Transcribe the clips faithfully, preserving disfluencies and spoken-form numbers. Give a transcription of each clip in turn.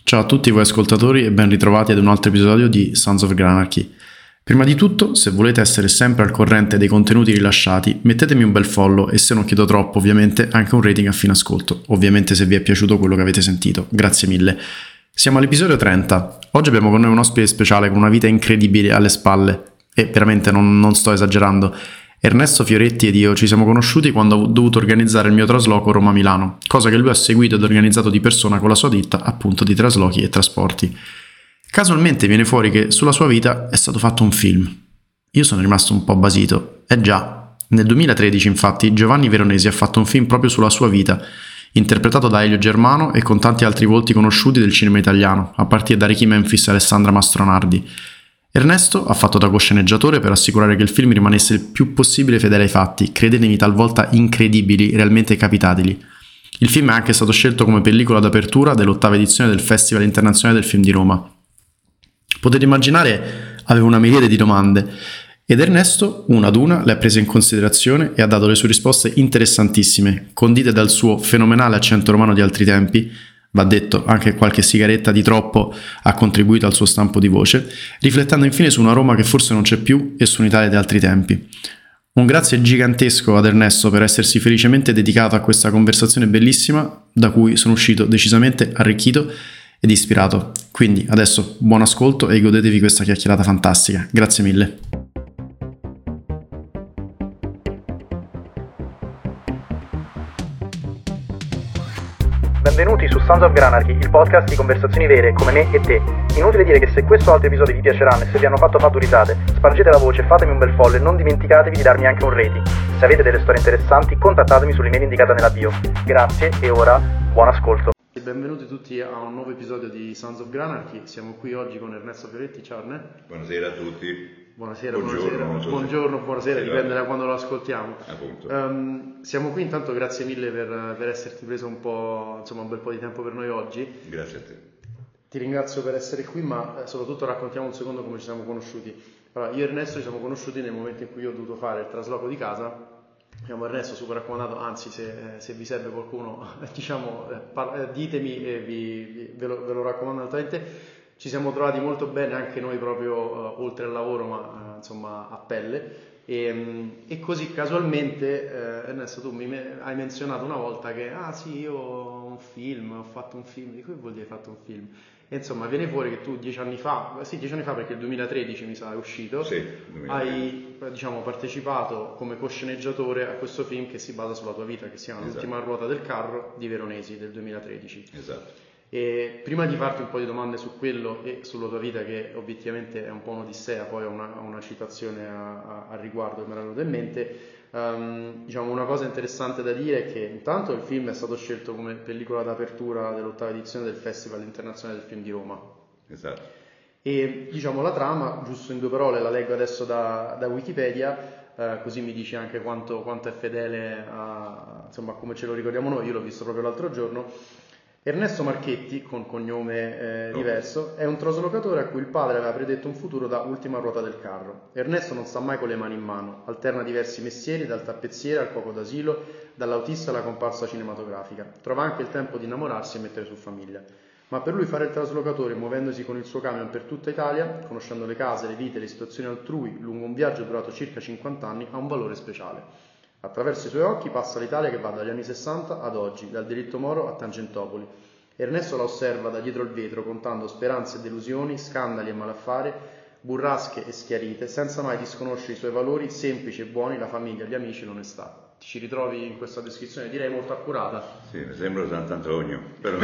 Ciao a tutti voi ascoltatori e ben ritrovati ad un altro episodio di Sons of Granarchy. Prima di tutto, se volete essere sempre al corrente dei contenuti rilasciati, mettetemi un bel follow e se non chiedo troppo, ovviamente, anche un rating a fine ascolto. Ovviamente se vi è piaciuto quello che avete sentito. Grazie mille. Siamo all'episodio trenta. Oggi abbiamo con noi un ospite speciale con una vita incredibile alle spalle. E veramente non, non sto esagerando. Ernesto Fioretti ed io ci siamo conosciuti quando ho dovuto organizzare il mio trasloco Roma-Milano, cosa che lui ha seguito ed organizzato di persona con la sua ditta, appunto, di traslochi e trasporti. Casualmente viene fuori che sulla sua vita è stato fatto un film. Io sono rimasto un po' basito. Eh già, nel duemilatredici infatti Giovanni Veronesi ha fatto un film proprio sulla sua vita, interpretato da Elio Germano e con tanti altri volti conosciuti del cinema italiano, a partire da Ricky Memphis e Alessandra Mastronardi. Ernesto ha fatto da cosceneggiatore per assicurare che il film rimanesse il più possibile fedele ai fatti, credetemi talvolta incredibili, realmente capitabili. Il film è anche stato scelto come pellicola d'apertura dell'ottava edizione del Festival Internazionale del Film di Roma. Potete immaginare, aveva una miriade di domande ed Ernesto, una ad una, le ha prese in considerazione e ha dato le sue risposte interessantissime, condite dal suo fenomenale accento romano di altri tempi. Va detto, anche qualche sigaretta di troppo ha contribuito al suo stampo di voce, riflettendo infine su una Roma che forse non c'è più e su un'Italia di altri tempi. Un grazie gigantesco ad Ernesto per essersi felicemente dedicato a questa conversazione bellissima, da cui sono uscito decisamente arricchito ed ispirato. Quindi adesso buon ascolto e godetevi questa chiacchierata fantastica. Grazie mille. Benvenuti su Sons of Granarchy, il podcast di conversazioni vere come me e te. Inutile dire che se questo o altri episodi vi piaceranno e se vi hanno fatto fatto risate, spargete la voce, fatemi un bel follow e non dimenticatevi di darmi anche un rating. Se avete delle storie interessanti, contattatemi sull'email indicata nella bio. Grazie e ora buon ascolto. Benvenuti tutti a un nuovo episodio di Sons of Granarchy. Siamo qui oggi con Ernesto Fioretti. Ciao Erne. Buonasera a tutti. Buonasera, buongiorno, buonasera. so Buongiorno, buonasera, sì, dipende va. da quando lo ascoltiamo. Appunto. Um, siamo qui, intanto grazie mille per, per esserti preso un po', insomma, un bel po' di tempo per noi oggi. Grazie a te. Ti ringrazio per essere qui, ma soprattutto raccontiamo un secondo come ci siamo conosciuti. Allora, io e Ernesto ci siamo conosciuti nel momento in cui io ho dovuto fare il trasloco di casa. Abbiamo Ernesto super raccomandato, anzi se, se vi serve qualcuno, diciamo, par- ditemi e vi, vi, ve, lo, ve lo raccomando altamente. Ci siamo trovati molto bene anche noi proprio uh, oltre al lavoro, ma uh, insomma a pelle. E, um, e così casualmente, uh, Ernesto, tu mi me- hai menzionato una volta che, ah sì, io ho un film, ho fatto un film. Di che vuol dire hai fatto un film? E insomma viene fuori che tu dieci anni fa, sì dieci anni fa perché il duemilatredici mi sa è uscito, sì, hai diciamo, partecipato come cosceneggiatore a questo film che si basa sulla tua vita, che si chiama esatto. L'ultima ruota del carro di Veronesi del duemilatredici. Esatto. E prima di farti un po' di domande su quello e sulla tua vita, che obiettivamente è un po' un'odissea, poi ho una, una citazione a, a, a riguardo che mi era venuta in mente, um, diciamo una cosa interessante da dire è che intanto il film è stato scelto come pellicola d'apertura dell'ottava edizione del Festival Internazionale del Film di Roma. Esatto. E diciamo la trama, giusto in due parole, la leggo adesso da, da Wikipedia, eh, così mi dici anche quanto, quanto è fedele a, insomma, a come ce lo ricordiamo noi. Io l'ho visto proprio l'altro giorno. Ernesto Marchetti, con cognome eh, diverso, è un traslocatore a cui il padre aveva predetto un futuro da ultima ruota del carro. Ernesto non sta mai con le mani in mano, alterna diversi mestieri, dal tappezziere al cuoco d'asilo, dall'autista alla comparsa cinematografica. Trova anche il tempo di innamorarsi e mettere su famiglia. Ma per lui fare il traslocatore, muovendosi con il suo camion per tutta Italia, conoscendo le case, le vite, le situazioni altrui, lungo un viaggio durato circa cinquanta anni, ha un valore speciale. Attraverso i suoi occhi passa l'Italia che va dagli anni sessanta ad oggi, dal delitto Moro a Tangentopoli. Ernesto la osserva da dietro il vetro, contando speranze e delusioni, scandali e malaffare, burrasche e schiarite, senza mai disconoscere i suoi valori semplici e buoni, la famiglia, gli amici, l'onestà. Ti ci ritrovi in questa descrizione, direi molto accurata. Sì, mi sembra Sant'Antonio, però...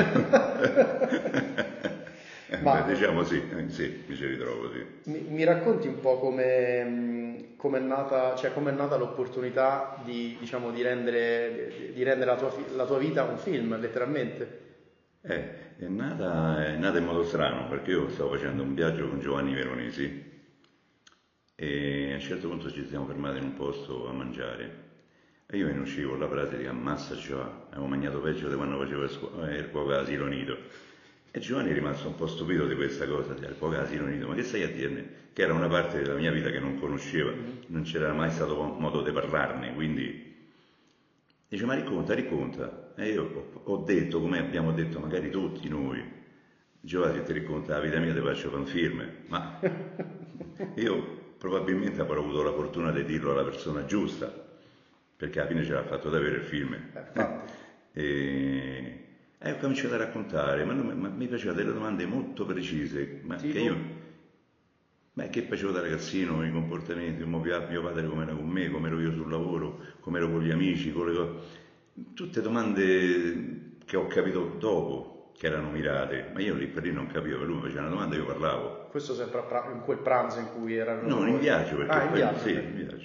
Ma, Beh, diciamo sì, sì, mi ci ritrovo, sì. Mi, mi racconti un po' come come è nata, cioè come è nata l'opportunità di, diciamo, di rendere, di rendere la, tua, la tua vita un film, letteralmente? Eh, è nata, è nata in modo strano, perché io stavo facendo un viaggio con Giovanni Veronesi e a un certo punto ci siamo fermati in un posto a mangiare e io me ne uscivo la pratica, ammazza, cioè, avevo mangiato peggio di quando facevo il, scu- il cuoco all'asilo nido. E Giovanni è rimasto un po' stupito di questa cosa, il cuoco all'asilo nido, ma che stai a dirne? Che era una parte della mia vita che non conosceva, non c'era mai stato modo di parlarne, quindi dice, ma racconta, racconta. E io ho, ho detto, come abbiamo detto magari tutti noi, Giovanni, se ti racconta la vita mia, ti faccio fare un film, ma io probabilmente avrò avuto la fortuna di dirlo alla persona giusta, perché alla fine ce l'ha fatto davvero il film. e, e ho cominciato a raccontare, ma, non, ma mi faceva delle domande molto precise, ma tipo? che io, ma che facevo da ragazzino, i comportamenti, mio padre come era con me, come ero io sul lavoro, come ero con gli amici, con le cose, tutte domande che ho capito dopo, che erano mirate, ma io lì per lì non capivo, per lui mi faceva una domanda e io parlavo. Questo sempre a pra- in quel pranzo in cui erano... No, in viaggio, perché ah, in poi, viaggio, sì, okay. in viaggio.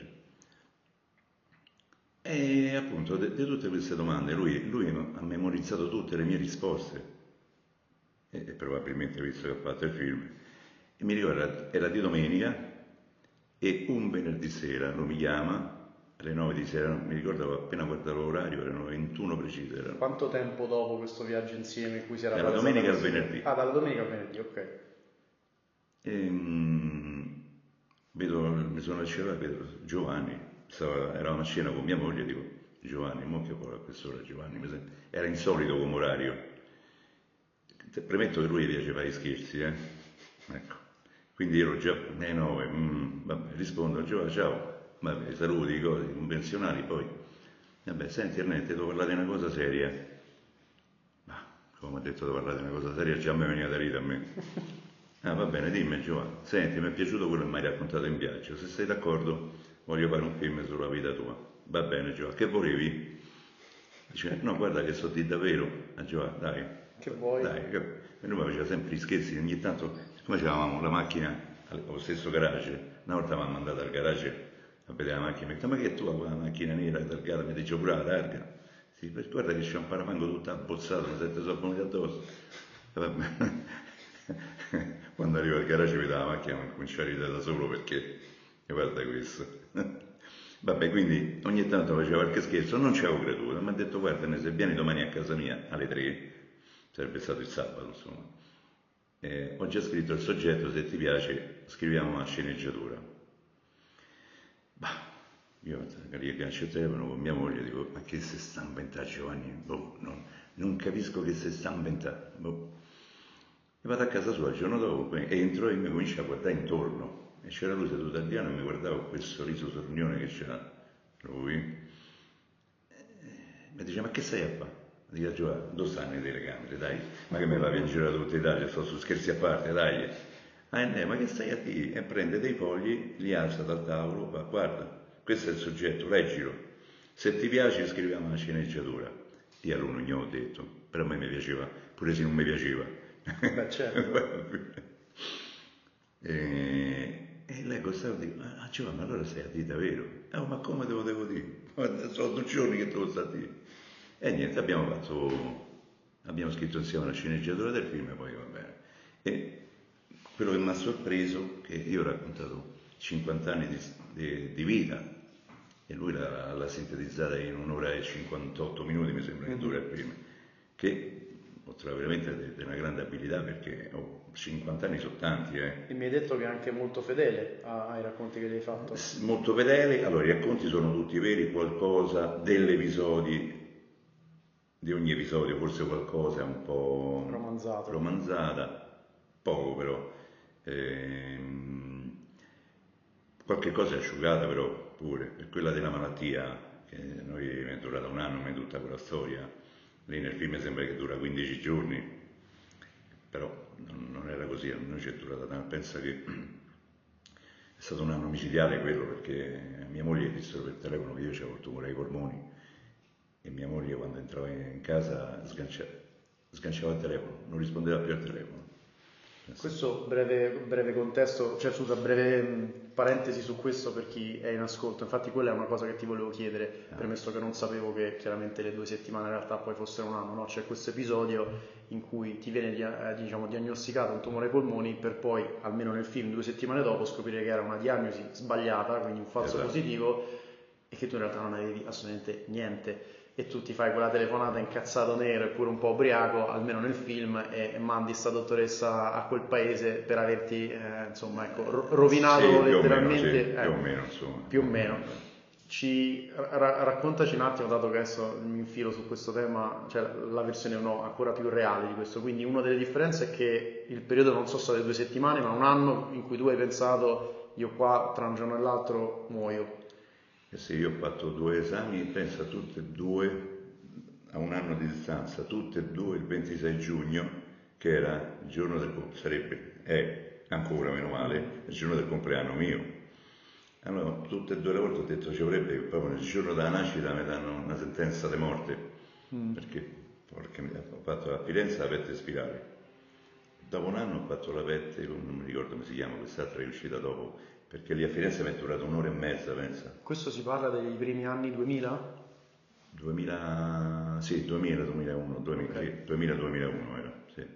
E appunto, di tutte queste domande, lui, lui ha memorizzato tutte le mie risposte, e, e probabilmente visto che ha fatto il film, e mi ricordo, era di domenica, e un venerdì sera lo mi chiama, alle nove di sera, mi ricordo appena guardavo l'orario, erano ventuno precise. Erano. Quanto tempo dopo questo viaggio insieme in cui si era Dalla domenica al venerdì. Ah, dalla domenica al venerdì, ok. E, mh, vedo, mi sono al cellulare, vedo Giovanni, stava, eravamo a cena con mia moglie, dico Giovanni, mo che vuole a quest'ora Giovanni, mi sembra, era insolito come orario. Premetto che lui gli piace fare gli scherzi, eh? Ecco. Quindi ero già alle nove, mm, vabbè, rispondo a Giovanni, ciao. Vabbè, saluti, cose convenzionali, poi, vabbè, senti Ernesto, devo parlare di una cosa seria. Ma, come ho detto, devo parlare di una cosa seria, già mi veniva da ridere a me. Ah, va bene, dimmi Giovanni, senti, mi è piaciuto quello che mi hai raccontato in viaggio, se sei d'accordo voglio fare un film sulla vita tua. Va bene Giovanni, che volevi? Dice, no, guarda che so di davvero. A Giovanni, dai. Che vuoi? Dai, che... E lui mi faceva sempre gli scherzi, ogni tanto, come avevamo la macchina allo stesso garage, una volta mi ha mandato al garage a vedere la macchina, mi ha detto, ma che tu hai una macchina nera targata, mi dice pure la targa. Sì, perché guarda che c'è un parafango tutto abbozzato, mi sette sono addosso. E va bene. Quando arrivo al garage vedo la macchina, mi comincia a ridere da solo perché, guarda questo. Vabbè, quindi ogni tanto faceva qualche scherzo, non ci avevo creduto, mi ha detto guarda, se vieni domani a casa mia alle tre, sarebbe stato il sabato insomma, eh, ho già scritto il soggetto, se ti piace scriviamo una sceneggiatura. Bah, io riaggancio il telefono con mia moglie, dico ma che si sta inventando Giovanni? Boh, non, non capisco che si sta inventando. Boh. E vado a casa sua il giorno dopo, entro e mi comincio a guardare intorno. E c'era lui seduto al piano e mi guardava con quel sorriso sornione che c'era lui. E mi dice, ma che stai a fare? Dico, Giovanni, dove stanno le telecamere, dai? Ma che me la in giro da tutta Italia, sto su scherzi a parte, dai. Ah, eh, ma che stai a dire? E prende dei fogli, li alza dal tavolo, va, guarda, questo è il soggetto, leggilo. Se ti piace scriviamo una sceneggiatura. Io a lui non gli ho detto, però a me mi piaceva, pure se non mi piaceva. Beh, certo. e... E leggo stavo e dico, ah Giovanni, ma allora sei a dire davvero? Eh, ma come te lo devo dire? Guarda, sono due giorni che te lo sta a dire. E niente, abbiamo fatto, abbiamo scritto insieme la sceneggiatura del film e poi va bene. E quello che mi ha sorpreso, che io ho raccontato cinquanta anni di, di, di vita, e lui l'ha, l'ha sintetizzata in un'ora e cinquantotto minuti, mi sembra che dura il film, che ho trovato veramente di una grande abilità perché ho cinquanta anni sono tanti. Eh. E mi hai detto che è anche molto fedele ai racconti che gli hai fatto. Molto fedele, allora i racconti sono tutti veri, qualcosa dell'episodio, di ogni episodio, forse qualcosa è un po' romanzato. romanzata, poco però, ehm, qualche cosa è asciugata però pure, per quella della malattia, che noi è durata un anno, ma è tutta quella storia, lì nel film sembra che dura quindici giorni, però non era così, a noi ci è durata tanto, pensa che è stato un anno micidiale quello, perché mia moglie dissero per telefono che io avevo il tumore ai polmoni, e mia moglie quando entrava in casa sgancia, sganciava il telefono, non rispondeva più al telefono. Questo breve, breve contesto, cioè scusa, breve parentesi su questo per chi è in ascolto, infatti quella è una cosa che ti volevo chiedere, ah. premesso che non sapevo che chiaramente le due settimane in realtà poi fossero un anno, no? C'è questo episodio in cui ti viene diciamo, diagnosticato un tumore ai polmoni per poi, almeno nel film, due settimane dopo scoprire che era una diagnosi sbagliata, quindi un falso esatto. positivo, e che tu in realtà non avevi assolutamente niente. E tu ti fai quella telefonata incazzato nero e pure un po' ubriaco, almeno nel film, e, e mandi sta dottoressa a quel paese per averti eh, insomma ecco ro- rovinato sì, letteralmente più o meno, sì, eh, più o meno insomma più o meno ci ra- raccontaci un attimo, dato che adesso mi infilo su questo tema, cioè la versione no, ancora più reale di questo. Quindi una delle differenze è che il periodo non sono state due settimane, ma un anno in cui tu hai pensato io qua tra un giorno e l'altro muoio. Eh sì, io ho fatto due esami, pensa tutte e due a un anno di distanza, tutte e due il ventisei giugno, che era il giorno del compleanno, sarebbe, è ancora meno male, il giorno del compleanno mio. Allora, tutte e due le volte ho detto ci vorrebbe che proprio nel giorno della nascita mi danno una sentenza di morte, mm. perché, perché ho fatto a Firenze la pette spirale. Dopo un anno ho fatto la pette, non mi ricordo come si chiama, quest'altra è uscita dopo, perché lì a Firenze mi è durato un'ora e mezza, pensa. Questo si parla dei primi anni duemila? duemila, sì, duemila, duemilauno, duemila, okay. Sì, duemila, duemilauno era, sì.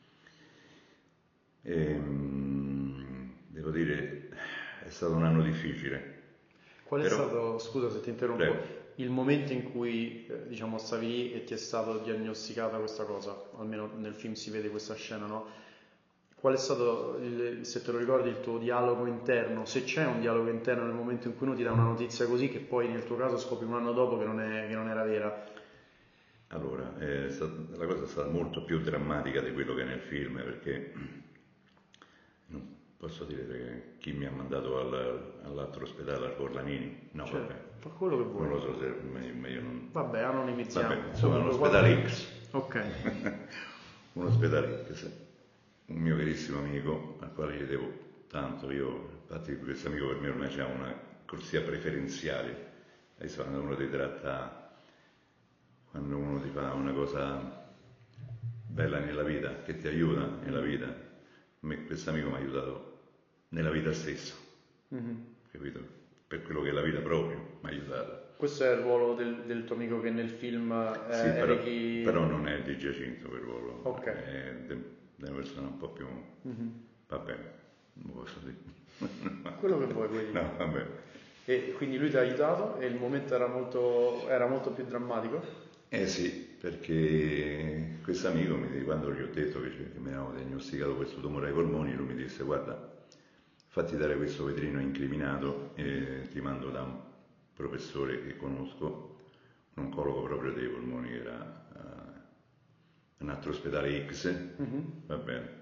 E, devo dire, è stato un anno difficile. Qual è Però, stato, scusa se ti interrompo, prego. Il momento in cui eh, diciamo stavi lì e ti è stata diagnosticata questa cosa? Almeno nel film si vede questa scena, no? Qual è stato, il, se te lo ricordi, il tuo dialogo interno? Se c'è un dialogo interno nel momento in cui uno ti dà una notizia così, che poi nel tuo caso scopri un anno dopo che non, è, che non era vera. Allora, è stata, la cosa è stata molto più drammatica di quello che è nel film, perché non posso dire che chi mi ha mandato al, all'altro ospedale, al Forlanini, no, cioè, vabbè, fa quello che vuoi. Non lo so se ma io non... Vabbè, anonimizziamo. Vabbè, insomma, un ospedale X. Ok. Un ospedale X. Un mio carissimo amico, al quale gli devo tanto, io, infatti questo amico per me ormai ha una corsia preferenziale, adesso quando uno ti tratta, quando uno ti fa una cosa bella nella vita, che ti aiuta nella vita, a me questo amico mi ha aiutato nella vita stessa, mm-hmm. capito? Per quello che è la vita proprio, mi ha aiutato. Questo è il ruolo del, del tuo amico che nel film eh, sì, però, chi... però non è di Giacinto quel ruolo, ok. È de, una persona un po' più, mm-hmm. va bene, non posso dire. Quello che vuoi, vuoi dire. No, va bene. E quindi lui ti ha aiutato e il momento era molto, era molto più drammatico? Eh sì, perché questo amico, mi, quando gli ho detto che, che mi avevano diagnosticato questo tumore ai polmoni, lui mi disse guarda, fatti dare questo vetrino incriminato e ti mando da un professore che conosco, un oncologo proprio dei polmoni, che era uh, un altro ospedale X, mm-hmm. va bene.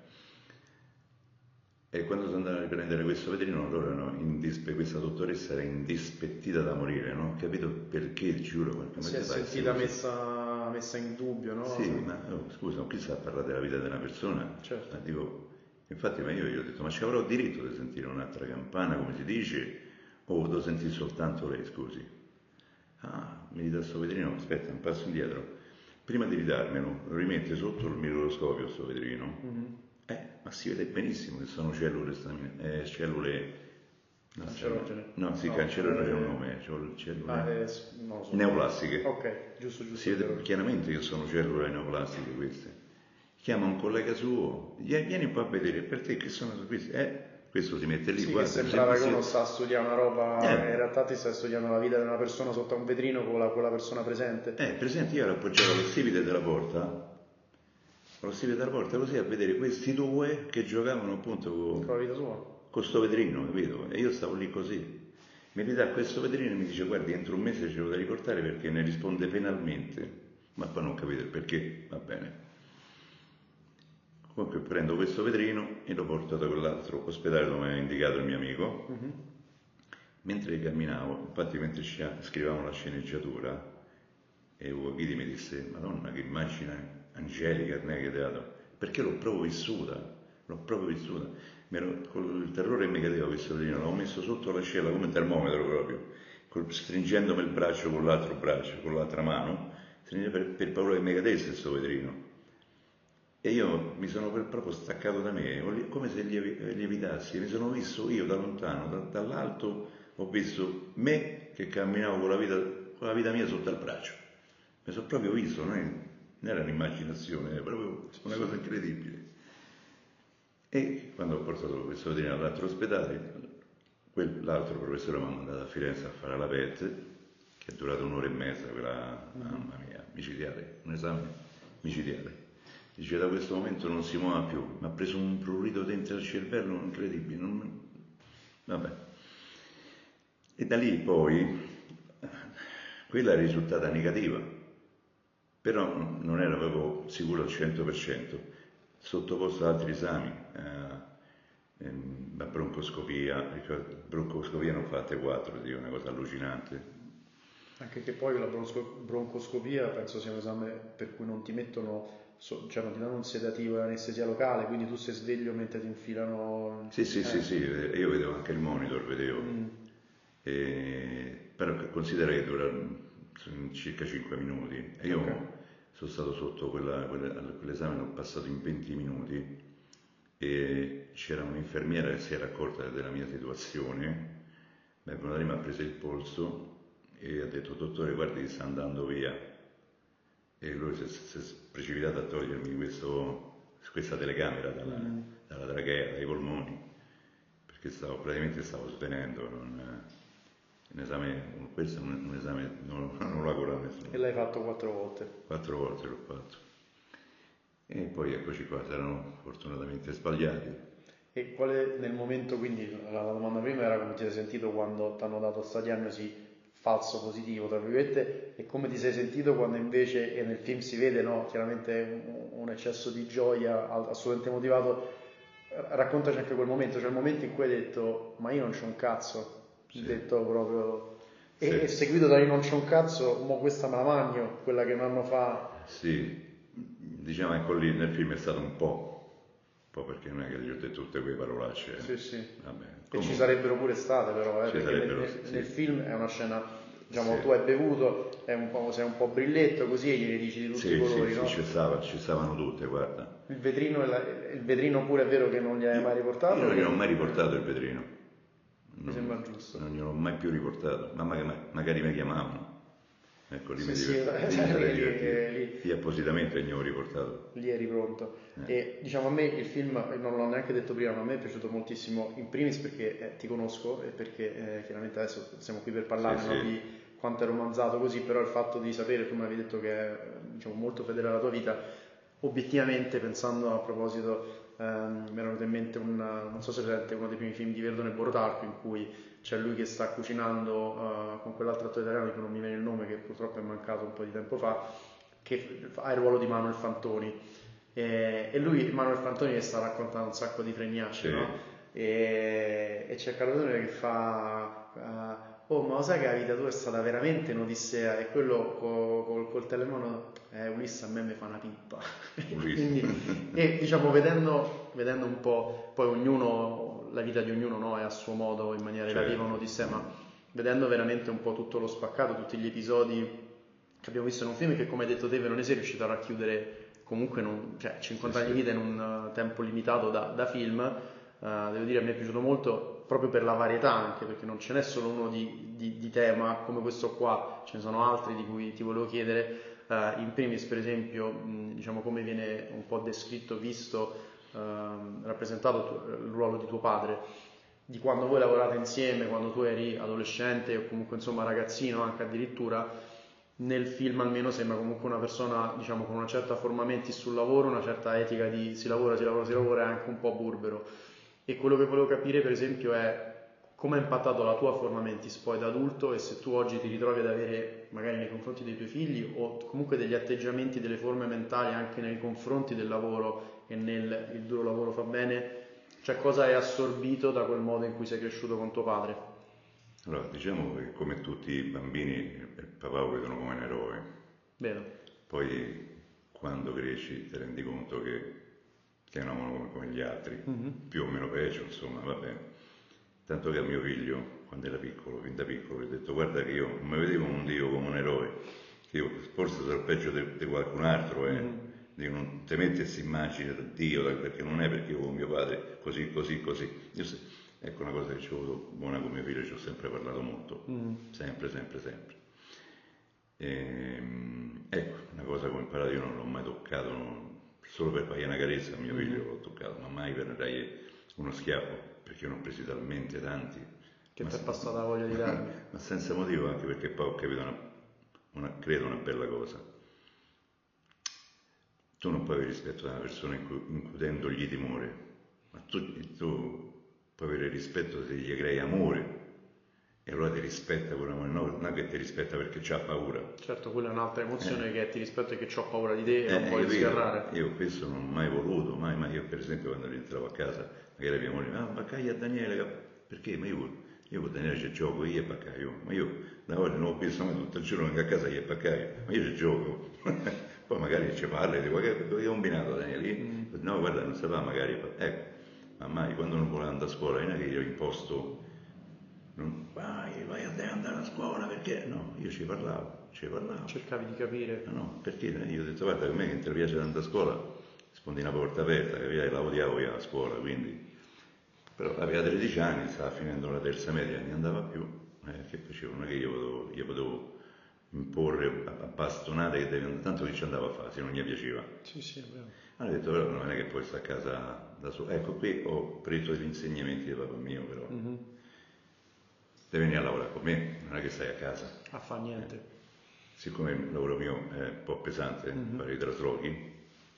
E quando sono andato a riprendere questo vetrino, allora no, indispe, questa dottoressa era indispettita da morire, no? Capito perché, giuro, qualche si è sentita messa, messa in dubbio, no? Sì, ma oh, scusa, qui sta a parlare della vita di una persona, certo. Ma dico, infatti ma io gli ho detto, ma ci avrò diritto di sentire un'altra campana, come si dice, o devo sentire soltanto lei, scusi? Ah, mi dà sto vetrino, aspetta, un passo indietro, prima di ridarmelo, lo rimette sotto il microscopio sto vetrino, mm-hmm. eh, ma si vede benissimo che sono cellule, eh, cellule cancerogene. No, sì, no, cancerogene c'è eh, un nome, cellule ah, eh, non so. neoplastiche. Ok, giusto, giusto. Si vede chiaramente che sono cellule neoplastiche queste. Chiama un collega suo, vieni un po' a vedere, per te che sono queste? Eh, questo si mette lì, sì, guarda. Che sembrava che uno sta a studiare una roba, eh. in realtà ti stai studiando la vita di una persona sotto un vetrino con la, con la persona presente. Eh, presente, io ero appoggiato allo stipite della porta, allo stipite della porta, così a vedere questi due che giocavano appunto con, con la vita sua. Con sto vetrino, capito? E io stavo lì così. Mi ridà questo vetrino e mi dice, guardi, entro un mese ce lo devo riportare perché ne risponde penalmente. Ma poi non capite il perché, va bene. Comunque prendo questo vetrino e lo porto da quell'altro ospedale dove mi aveva indicato il mio amico. Mm-hmm. Mentre camminavo, infatti mentre scrivevamo la sceneggiatura, e Ugo Chiti mi disse, Madonna, che immagine angelica che ti ha dato, perché l'ho proprio vissuta, l'ho proprio vissuta. Mi ero, con il terrore che mi cadeva questo vetrino, l'avevo messo sotto l'ascella come un termometro proprio, col, stringendomi il braccio con l'altro braccio, con l'altra mano, per, per paura che mi cadesse questo vetrino. E io mi sono proprio staccato da me, come se lievitassi, mi sono visto io da lontano, da, dall'alto ho visto me che camminavo con la, vita, con la vita mia sotto al braccio. Mi sono proprio visto, non, è, non era un'immaginazione, era proprio una cosa incredibile. E quando ho portato questo vetrino all'altro ospedale, quel, l'altro professore mi ha mandato a Firenze a fare la P E T, che è durata un'ora e mezza, quella, mm-hmm. mamma mia, micidiale, un esame micidiale. Dice, da questo momento non si muova più, mi ha preso un prurito dentro al cervello incredibile, non... vabbè. E da lì poi Quella è risultata negativa, però non era proprio sicuro al cento per cento, sottoposto ad altri esami, eh, ehm, la broncoscopia, broncoscopia non fatte quattro, dico, una cosa allucinante. Anche che poi la bronco- broncoscopia penso sia un esame per cui non ti mettono, so- cioè non ti danno un sedativo e anestesia locale, quindi tu sei sveglio mentre ti infilano... Sì, sì, eh. sì, sì, io vedevo anche il monitor, vedevo. Mm. E, però considera che dura circa cinque minuti e io Ok. sono stato sotto quella, quella- quell'esame, l'ho passato in venti minuti e c'era un'infermiera che si era accorta della mia situazione, mi è venuta lì, mi ha preso il polso e ha detto: dottore, guardi che sta andando via, e lui si è, si è precipitato a togliermi questo, questa telecamera dalla, Mm. dalla trachea, dai polmoni, perché stavo, praticamente stavo svenendo. Non, un esame, questo è un, un esame, non, non lo auguro a nessuno. E l'hai fatto quattro volte. Quattro volte l'ho fatto. E poi eccoci qua, saranno fortunatamente sbagliati. E quale nel momento, quindi la, la domanda prima era come ti sei sentito quando ti hanno dato questa diagnosi falso positivo, tra virgolette, e come ti sei sentito quando invece, e nel film si vede, no, chiaramente un, un eccesso di gioia assolutamente motivato. Raccontaci anche quel momento, cioè il momento in cui hai detto ma io non c'ho un cazzo, Sì. detto proprio, e, Sì. e seguito da io non c'ho un cazzo, mo questa me la magno, quella che un anno fa. Sì, diciamo ecco lì nel film è stato un po', un po' perché non è che gli ho detto tutte quelle parolacce. Sì, sì. Vabbè, E ci comunque, sarebbero pure state però, eh, Ci perché sarebbero, nel, sì. nel film è una scena, diciamo, Sì. tu hai bevuto, è un po', sei un po' brilletto così e gliene dici di tutti Sì, i colori, sì, no? sì, ci stava, ci stavano tutte, guarda. Il vetrino, e la- il vetrino pure è vero che non gli hai mai riportato? Io non gli ho mai riportato il vetrino. Mi Non, sembra giusto. non gliel'ho mai più riportato, ma magari, magari mi chiamavano. Ecco, lì Sì, mi sì, diverto- lì cioè, mi sarei lì- divertito. lì- Io appositamente ne ho riportato. Lì eri pronto. Eh. E diciamo a me il film, non l'ho neanche detto prima, ma a me è piaciuto moltissimo, in primis perché eh, ti conosco e perché eh, chiaramente adesso siamo qui per parlare, Sì, no, sì. di quanto è romanzato così, però il fatto di sapere, tu mi avevi detto che è diciamo, molto fedele alla tua vita, obiettivamente pensando a proposito, ehm, mi era venuto in mente un, non so se è presente, uno dei primi film di Verdone e Borotalco in cui c'è lui che sta cucinando eh, con quell'altro attore italiano che non mi viene il nome, che purtroppo è mancato un po' di tempo fa, che ha il ruolo di Manuel Fantoni. E, e lui, Manuel Fantoni, che sta raccontando un sacco di fregnacce, Sì. no? E, e c'è Carlo Donnelly che fa uh, oh ma lo sai che la vita tua è stata veramente un'odissea, e quello col, col, col telefono eh, Ulisse a me mi fa una pippa. Quindi, e diciamo vedendo, vedendo un po', poi ognuno, la vita di ognuno, no, è a suo modo, in maniera Certo. relativa un'odissea, ma vedendo veramente un po' tutto lo spaccato, tutti gli episodi che abbiamo visto in un film che, come hai detto te, non sei riuscito a racchiudere comunque non, cioè cinquanta Sì, anni sì. di vita in un uh, tempo limitato da, da film, uh, devo dire mi è piaciuto molto proprio per la varietà, anche perché non ce n'è solo uno di, di, di tema come questo qua, ce ne sono altri di cui ti volevo chiedere, uh, in primis per esempio mh, diciamo come viene un po' descritto, visto, uh, rappresentato tu, il ruolo di tuo padre, di quando voi lavorate insieme, quando tu eri adolescente o comunque insomma ragazzino anche addirittura. Nel film almeno sembra comunque una persona, diciamo, con una certa forma mentis sul lavoro, una certa etica di si lavora, si lavora, si lavora, e anche un po' burbero. E quello che volevo capire per esempio è come ha impattato la tua forma mentis poi da adulto, e se tu oggi ti ritrovi ad avere magari nei confronti dei tuoi figli o comunque degli atteggiamenti, delle forme mentali anche nei confronti del lavoro e nel il duro lavoro fa bene, cioè cosa hai assorbito da quel modo in cui sei cresciuto con tuo padre? Allora, diciamo che come tutti i bambini il papà lo vedono come un eroe. Vero. Poi quando cresci ti rendi conto che sei un uomo come, come gli altri, Mm-hmm. più o meno peggio, insomma, va bene. Tanto che a mio figlio, quando era piccolo, fin da piccolo, gli ho detto: guarda che io non mi vedevo un Dio come un eroe, che io forse sarò peggio di qualcun altro, eh. Mm-hmm. Dico, non ti metti questa immagine da Dio, perché non è perché io con mio padre così, così, così. Io se, ecco una cosa che ci ho avuto buona con mio figlio, ci ho sempre parlato molto, Mm. sempre, sempre, sempre. E, ecco, una cosa che ho imparato, io non l'ho mai toccato, non, solo per fare una carezza a mio figlio Mm-hmm. l'ho toccato, ma mai per dargli uno schiaffo, perché io ne ho presi talmente tanti. Che Ma ti è se- passata la voglia di darmi. ma senza motivo, anche perché poi ho capito una, una, credo una bella cosa. Tu non puoi avere rispetto da una persona incu- incutendogli timore, ma tu, tu puoi avere rispetto se gli crei amore e allora ti rispetta pure, no, non che ti rispetta perché c'ha paura. Certo, quella è un'altra emozione, eh. che ti rispetto perché ho paura di te e eh, non voglio sgarrare. Io questo non ho mai voluto, mai, mai. Io per esempio quando rientravo a casa, magari mia moglie, ah, baccaglia a Daniele, perché? Ma io, io con Daniele ci gioco, io e baccaio, ma io da oggi non ho visto mai tutto il giorno, vengo a casa io e baccaio, ma io ci gioco. Poi magari ci parla e dico, che hai combinato Daniele? Mm. No, guarda, non sapeva magari, ecco, ma mai, quando non voleva andare a scuola, non è che io ho imposto, non, vai, vai a andare a scuola, perché? No, io ci parlavo, ci parlavo. Cercavi di capire. No, no, perché io ho detto, guarda, per me che ti piace andare a scuola, sfondi una porta aperta, che la odiavo io a scuola, quindi, però aveva tredici anni, stava finendo la terza media, non andava più, eh, che facevo? Non è che io potevo, io potevo imporre a bastonate che devi andare, tanto che ci andava a fare, se non gli piaceva. Sì, sì, è vero. Allora ho detto, però non è che puoi stare a casa da solo. Ecco, qui ho preso degli insegnamenti di papà mio, però. Mm-hmm. Devi venire a lavorare con me, non è che stai a casa. A fa niente. Eh. Siccome il lavoro mio è un po' pesante, mm-hmm. fare i traslochi,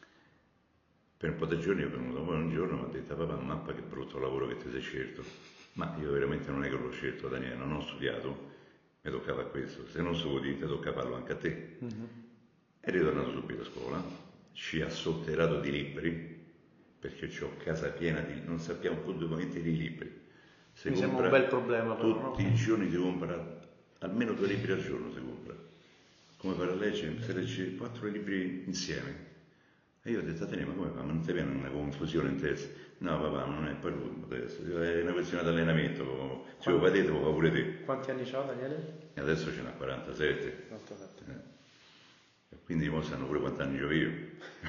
per un po' di giorni è venuto, poi un giorno mi ha detto, papà, mappa che brutto lavoro che ti sei scelto. Ma io veramente non è che l'ho scelto, Daniele, non ho studiato, mi toccava questo. Se non studi, ti tocca farlo anche a te. Mm-hmm. È ritornato subito a scuola. Ci ha sotterato di libri, perché ho casa piena di, non sappiamo più dove mettere i libri. Se mi sembra un bel problema però, tutti no? I giorni si compra almeno due libri al giorno, si compra. Come fare a leggere? Se leggi quattro libri insieme. E io ho detto a te, ma come fa? Ma non ti viene una confusione in testa? No papà, non è poi lui adesso, è una questione di allenamento, se lo vedete lo fa pure te. Quanti anni c'ha Daniele? E adesso ce n'ha quarantasette. quarantasette. Eh. Quindi mo sanno pure quanti anni ho io,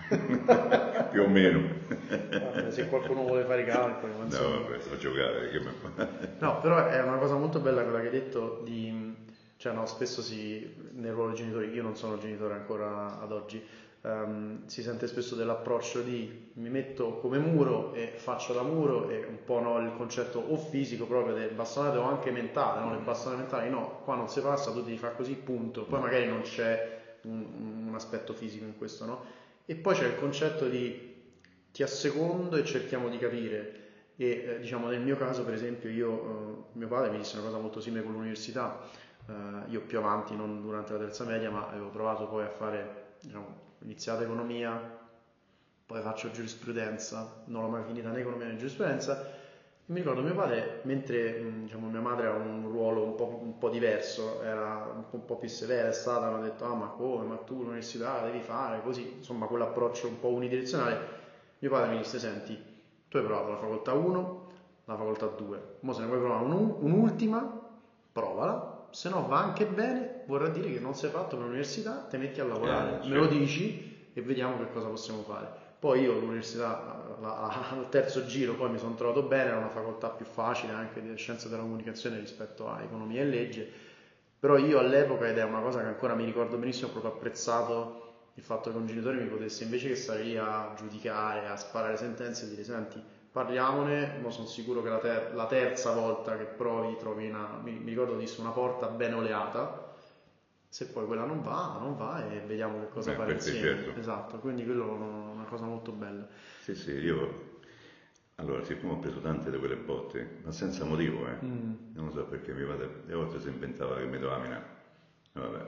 più o meno. Vabbè, se qualcuno vuole fare i calcoli, ma insomma... No, vabbè, sto a giocare. Che me... No, però è una cosa molto bella quella che hai detto di... Cioè no, spesso si, nel ruolo di genitore, io non sono genitore ancora ad oggi, um, si sente spesso dell'approccio di mi metto come muro e faccio da muro, e un po' no, il concetto o fisico proprio del bastonate o anche mentale, no? Le bastonate mentali, no, qua non si passa, tu devi fare così, punto. Poi magari non c'è... Un, un aspetto fisico in questo, no? E poi c'è il concetto di ti assecondo e cerchiamo di capire. E eh, diciamo nel mio caso, per esempio, io eh, mio padre mi disse una cosa molto simile con l'università. Eh, io più avanti, non durante la terza media, ma avevo provato poi a fare, diciamo, iniziato economia, poi faccio giurisprudenza, non l'ho mai finita né economia né giurisprudenza. Mi ricordo mio padre, mentre diciamo, mia madre aveva un ruolo un po', un po' diverso, era un po', un po' più severa, è stata, mi ha detto, ah ma come, ma tu l'università devi fare, così, insomma quell'approccio un po' unidirezionale. Mio padre mi disse, senti, tu hai provato la facoltà uno, la facoltà due, mo se ne vuoi provare un, un'ultima, provala, se no va anche bene, vorrà dire che non sei fatto per l'università, te metti a lavorare, eh, me lo dici e vediamo che cosa possiamo fare. Poi io all'università, al terzo giro, poi mi sono trovato bene, era una facoltà più facile anche di scienza della comunicazione rispetto a economia e legge, però io all'epoca, ed è una cosa che ancora mi ricordo benissimo, ho proprio apprezzato il fatto che un genitore mi potesse, invece che stare lì a giudicare, a sparare sentenze, dire senti, parliamone, ma sono sicuro che la, ter- la terza volta che provi, trovi una, mi, mi ricordo disse una porta ben oleata. Se poi quella non va, non va e vediamo che cosa Beh, fare insieme. Certo. Esatto, quindi quello è una cosa molto bella. Sì, sì, io allora siccome ho preso tante di quelle botte, ma senza motivo, eh. Mm. Non lo so perché mio padre a volte si inventava che mi doveva minare. Vabbè.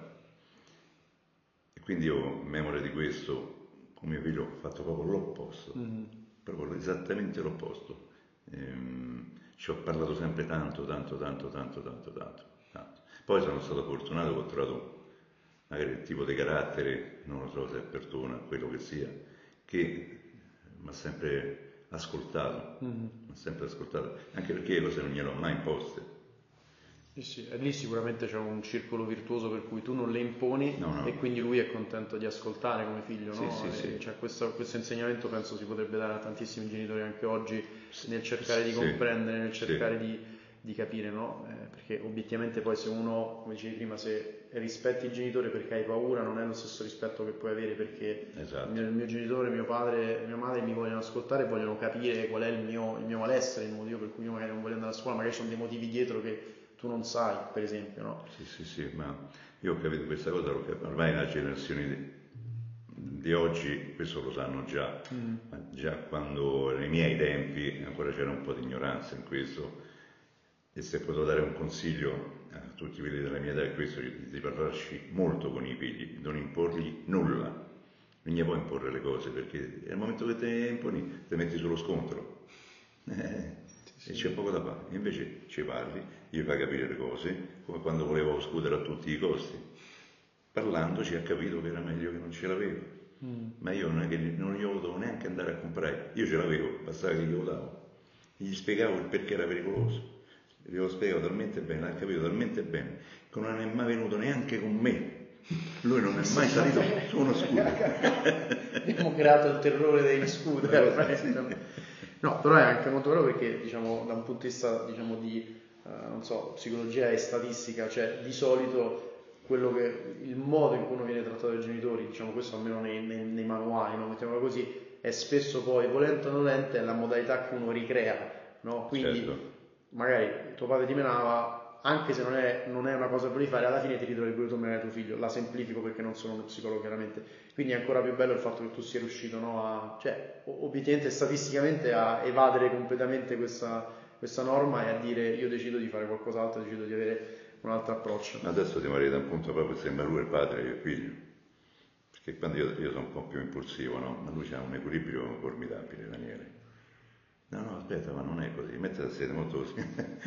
E quindi io, in memoria di questo, con mio figlio ho fatto proprio l'opposto, mm. proprio esattamente l'opposto. Ehm, ci ho parlato sempre tanto, tanto, tanto, tanto, tanto, tanto, tanto. Poi sono stato fortunato che ho trovato magari il tipo di carattere, non lo so se è persona, quello che sia, che mi ha sempre ascoltato, mm-hmm. mi ha sempre ascoltato, anche perché le cose non gliele ho mai imposte. Sì, sì, e lì sicuramente c'è un circolo virtuoso per cui tu non le imponi no, no. e quindi lui è contento di ascoltare come figlio, no? Sì, sì, sì. Cioè questo, questo insegnamento penso si potrebbe dare a tantissimi genitori anche oggi nel cercare di sì, comprendere, nel cercare sì. di, di capire, no? Eh, perché obiettivamente poi se uno, come dicevi prima, se rispetti il genitore perché hai paura, non è lo stesso rispetto che puoi avere perché esatto. il, mio, il mio genitore, mio padre e mia madre mi vogliono ascoltare e vogliono capire qual è il mio, il mio malessere, il motivo per cui io magari non voglio andare a scuola, magari ci sono dei motivi dietro che tu non sai, per esempio, no? Sì, sì, sì, ma io ho capito questa cosa, ormai le generazioni di, di oggi questo lo sanno già, mm. già quando nei miei tempi ancora c'era un po' di ignoranza in questo, e se potevo dare un consiglio a tutti quelli della mia età è questo, di parlarci molto con i figli, non imporgli nulla, non gli puoi imporre le cose, perché nel momento che te ne imponi ti metti sullo scontro eh, sì, e c'è poco da fare. Invece ci parli, gli fai capire le cose, come quando volevo scudere a tutti i costi. Parlandoci ha capito che era meglio che non ce l'avevo, mm. ma io non, è che non glielo dovevo neanche andare a comprare, io ce l'avevo, bastava che glielo davo, gli spiegavo il perché era pericoloso. Glielo spiego talmente bene, l'ha capito talmente bene, che non è mai venuto neanche con me. Lui non è mai salito su uno scooter. Abbiamo creato il terrore degli scooter. No, però è anche molto vero perché, diciamo, da un punto di vista, diciamo, di, uh, non so, psicologia e statistica, cioè di solito quello che, il modo in cui uno viene trattato dai genitori, diciamo questo almeno nei, nei, nei manuali, no? Mettiamolo così, è spesso poi, volente o nolente, la modalità che uno ricrea, no? Quindi... Certo. Magari tuo padre ti menava, anche se non è, non è una cosa che volevi fare, alla fine ti ritrovi pure tu a menare tuo figlio. La semplifico perché non sono uno psicologo chiaramente, quindi è ancora più bello il fatto che tu sia riuscito, no, a, cioè obiettivamente statisticamente a evadere completamente questa, questa norma e a dire io decido di fare qualcos'altro, decido di avere un altro approccio. Adesso ti arriva da un punto proprio sembra lui il padre e il figlio, perché quando io, io sono un po' più impulsivo, no? Ma lui ha un equilibrio formidabile, Daniele. No, no, aspetta, ma non è così, mettete siete molto così.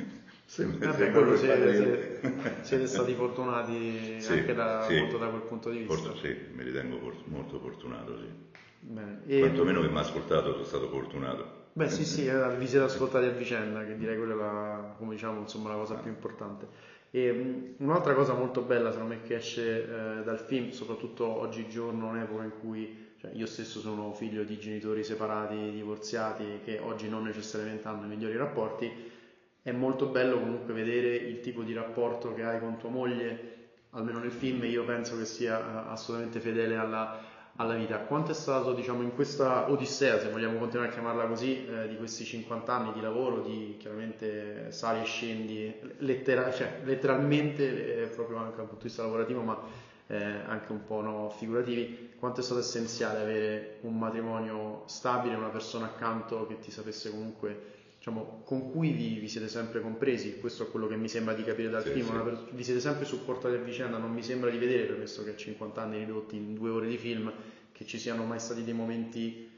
Sembra, Vabbè, quello siete, siete, siete stati fortunati sì, anche da, sì, molto da quel punto di vista. Forse, sì, mi ritengo for- molto fortunato, sì. Bene. E... Quantomeno che mi ha ascoltato sono stato fortunato. Beh sì sì, vi siete ascoltati a vicenda, che direi quella è la, come diciamo, insomma, la cosa più importante. E um, un'altra cosa molto bella secondo me che esce eh, dal film, soprattutto oggigiorno, un'epoca in cui cioè, io stesso sono figlio di genitori separati, divorziati, che oggi non necessariamente hanno i migliori rapporti, è molto bello comunque vedere il tipo di rapporto che hai con tua moglie, almeno nel film io penso che sia assolutamente fedele alla, alla vita. Quanto è stato, diciamo, in questa odissea, se vogliamo continuare a chiamarla così, eh, di questi cinquanta anni di lavoro, di chiaramente sali e scendi, lettera- cioè, letteralmente, eh, proprio anche dal punto di vista lavorativo, ma eh, anche un po' no, figurativi, quanto è stato essenziale avere un matrimonio stabile, una persona accanto che ti sapesse comunque, diciamo, con cui vi, vi siete sempre compresi. Questo è quello che mi sembra di capire dal sì, film, sì. Una, vi siete sempre supportati a vicenda, non mi sembra di vedere, permesso che a cinquanta anni ridotti in due ore di film, che ci siano mai stati dei momenti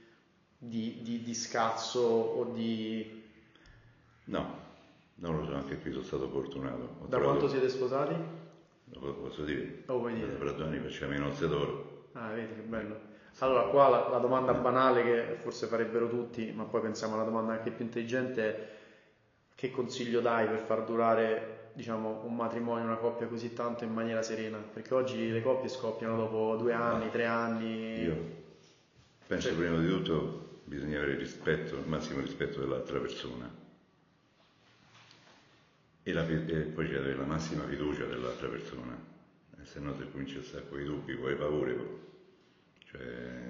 di, di, di scazzo o di... No, non lo so, anche qui sono stato fortunato. Ho da trovato... quanto siete sposati? Lo posso dire? Oh, vuoi dire? Fra due anni facciamo i nozze d'oro. Ah, vedi che bello. Allora, qua la, la domanda banale che forse farebbero tutti, ma poi pensiamo alla domanda anche più intelligente, è che consiglio dai per far durare, diciamo, un matrimonio, una coppia così tanto in maniera serena? Perché oggi le coppie scoppiano dopo due anni, ah, tre anni. Io penso cioè... prima di tutto bisogna avere rispetto, il massimo rispetto dell'altra persona. E, la, e poi c'è la massima fiducia dell'altra persona, eh, se no se cominci a stare con i dubbi, con le paure, cioè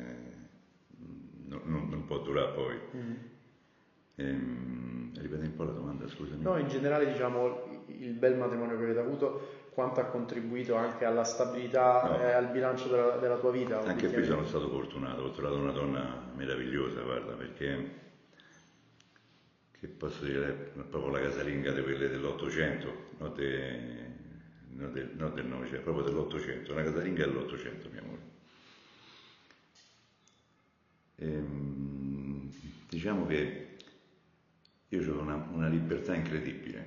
non, non, non può durare poi. Mm-hmm. Ehm, ripeti un po' la domanda, scusami. No, in generale diciamo il bel matrimonio che avete avuto, quanto ha contribuito anche alla stabilità no. e al bilancio della, della tua vita? Anche qui sono stato fortunato, ho trovato una donna meravigliosa, guarda, perché... che posso dire, proprio la casalinga di quelle dell'Ottocento, non de, no del, no del Novecento, proprio dell'Ottocento, una casalinga dell'Ottocento, mia moglie. Ehm, diciamo che io ho una, una libertà incredibile,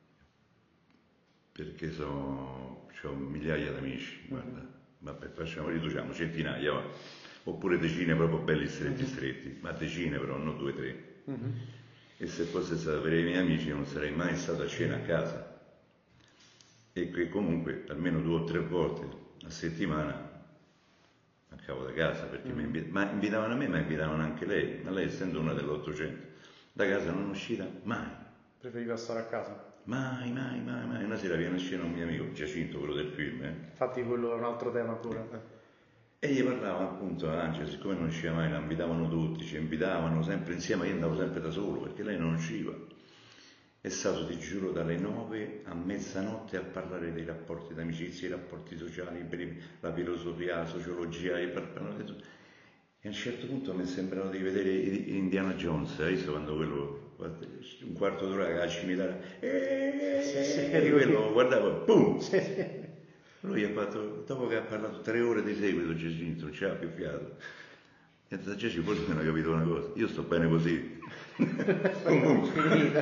perché so, ho migliaia di amici, guarda, vabbè, facciamo, riduciamo, centinaia, va. Oppure decine proprio belli stretti stretti, ma decine però, non due o tre. Mm-hmm. E se fosse stato per i miei amici non sarei mai stato a cena a casa, e che comunque almeno due o tre volte a settimana mancavo da casa, perché mm. mi invit- ma invitavano a me, ma invitavano anche lei, ma lei essendo una dell'Ottocento da casa non è uscita mai. Preferiva stare a casa? Mai, mai, mai, mai. Una sera viene a cena un mio amico, Giacinto, quello del film, eh. Infatti quello è un altro tema pure. Eh. E gli parlava appunto a Angela, siccome non usciva mai, la invitavano tutti, ci invitavano sempre insieme, io andavo sempre da solo perché lei non usciva. È stato, ti giuro, dalle nove a mezzanotte a parlare dei rapporti d'amicizia, i rapporti sociali, la filosofia, la sociologia, e E a un certo punto mi sembrano di vedere Indiana Jones, hai visto quando quello, un quarto d'ora che la cimità, e sì, sì, quello guardavo, pum! Sì, sì. Lui ha fatto, dopo che ha parlato tre ore di seguito, Gesù non c'era più fiato. E da Gesù forse non ha capito una cosa, io sto bene così. Comunque,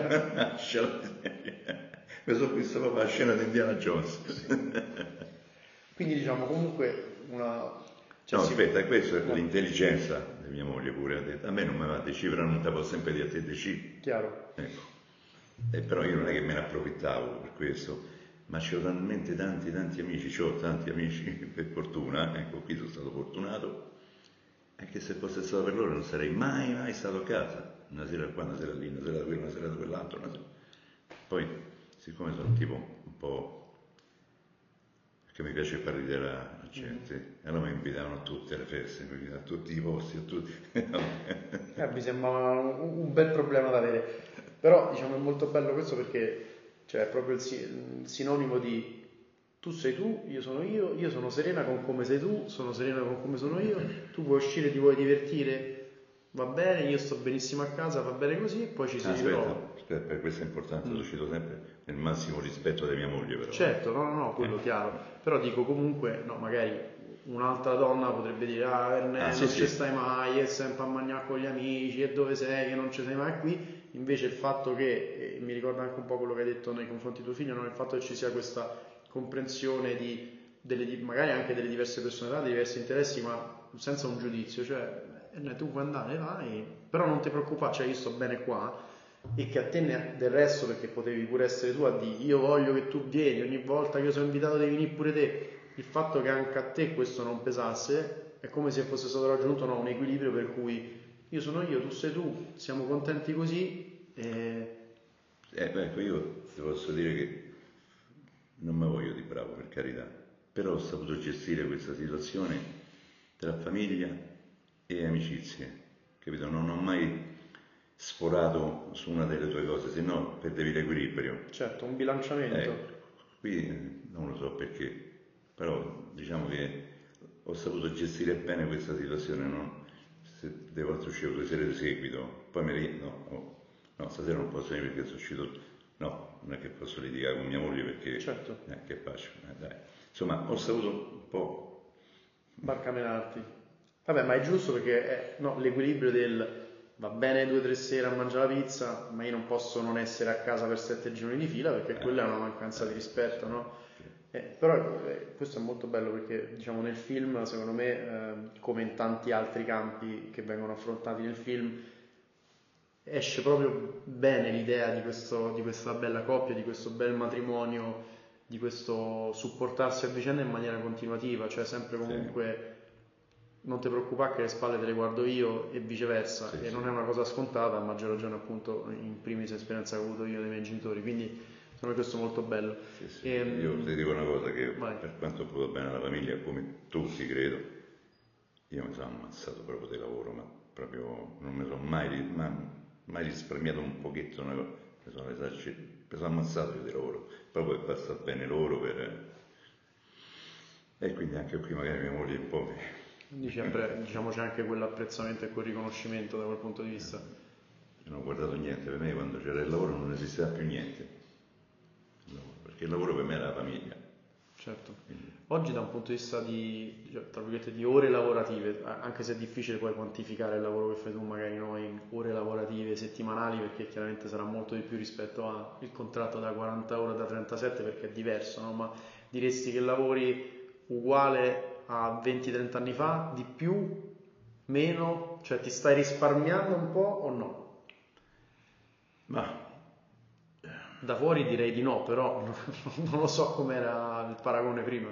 mi sono visto proprio la scena di Indiana Jones. Quindi diciamo comunque una... Cioè, no, aspetta, si... questa è no. L'intelligenza di mia moglie pure, ha detto, a me non mi va a decifrare, non te posso sempre dire a te decifri. Chiaro. Ecco. E però io non è che me ne approfittavo per questo, ma c'ho talmente tanti, tanti amici, c'ho tanti amici, per fortuna, ecco, qui sono stato fortunato, e che se fosse stato per loro non sarei mai, mai stato a casa. Una sera qua, una sera lì, una sera da quello, una sera da quell'altro, una sera... Poi, siccome sono tipo un po'... che mi piace far ridere la gente, mm. allora mi invitavano a tutte le feste, mi invitavano a tutti i posti, a tutti. eh, mi sembra un, un bel problema da avere, però diciamo è molto bello questo perché cioè, è proprio il, il sinonimo di tu sei tu, io sono io, io sono serena con come sei tu, sono serena con come sono io, tu puoi uscire, ti vuoi divertire, va bene, io sto benissimo a casa, va bene così, poi ci si ah, ritrova. Aspetta, per questo è importante, mm. lo cito sempre nel massimo rispetto di mia moglie però. Certo, no, no, no, quello eh. chiaro, però dico comunque, no, magari un'altra donna potrebbe dire, ah Ernè, ah, sì, non sì. ci stai mai, è sempre a mangiare con gli amici, e dove sei, che non ci sei mai qui, invece il fatto che, e mi ricorda anche un po' quello che hai detto nei confronti di tuo figlio, no? Il fatto che ci sia questa comprensione di, delle, magari anche delle diverse personalità, dei diversi interessi, ma senza un giudizio, cioè eh, tu puoi andare, vai, però non ti preoccupare, cioè io sto bene qua, e che a te ne, del resto, perché potevi pure essere tu a dire io voglio che tu vieni, ogni volta che io sono invitato devi venire pure te, il fatto che anche a te questo non pesasse è come se fosse stato raggiunto no, un equilibrio per cui io sono io, tu sei tu, siamo contenti così e... eh, beh, ecco, io ti posso dire che non mi voglio di bravo, per carità, però ho saputo gestire questa situazione tra famiglia e amicizie, capito? Non ho mai sforato su una delle tue cose, se no perdevi l'equilibrio. Certo, un bilanciamento. Eh, qui non lo so perché, però diciamo che ho saputo gestire bene questa situazione, no? Se devo uscire due sere di seguito, poi mi ri... no, no, no, stasera non posso venire perché sono uscito... No, non è che posso litigare con mia moglie perché... Certo. Eh, che faccio? Eh, dai. Insomma, ho saputo un po'... barcamenarti. Vabbè, ma è giusto perché è, no, l'equilibrio del va bene due o tre sere a mangiare la pizza, ma io non posso non essere a casa per sette giorni di fila perché eh. quella è una mancanza di rispetto, no? Eh, però eh, questo è molto bello perché diciamo nel film, secondo me, eh, come in tanti altri campi che vengono affrontati nel film, esce proprio bene l'idea di, questo, di questa bella coppia, di questo bel matrimonio, di questo supportarsi a vicenda in maniera continuativa, cioè sempre comunque sì. non ti preoccupare che le spalle te le guardo io e viceversa, sì, e sì. non è una cosa scontata, a maggior ragione appunto in primis esperienza che ho avuto io dei miei genitori, quindi secondo me questo è molto bello. Sì, sì. E, io ti dico una cosa che vai. Per quanto ho potuto bene alla famiglia, come tutti credo, io mi sono ammazzato proprio di lavoro, ma proprio non mi sono mai... mai mai risparmiato un pochetto, una cosa. Mi sono, esager... mi sono ammazzato io di lavoro, proprio per far stare bene loro, per... e quindi anche qui magari mia moglie un po'... Quindi diciamo c'è anche quell'apprezzamento e quel riconoscimento da quel punto di vista. Non ho guardato niente, per me quando c'era il lavoro non esisteva più niente, no, perché il lavoro per me era la famiglia. Certo. Quindi. Oggi da un punto di vista di, tra virgolette, di ore lavorative, anche se è difficile poi quantificare il lavoro che fai tu magari no, in ore lavorative settimanali, perché chiaramente sarà molto di più rispetto al contratto da quaranta ore, da trentasette, perché è diverso, no? Ma diresti che lavori uguale a venti trenta anni fa, di più, meno, cioè ti stai risparmiando un po' o no? Ma da fuori direi di no, però non lo so com'era il paragone prima.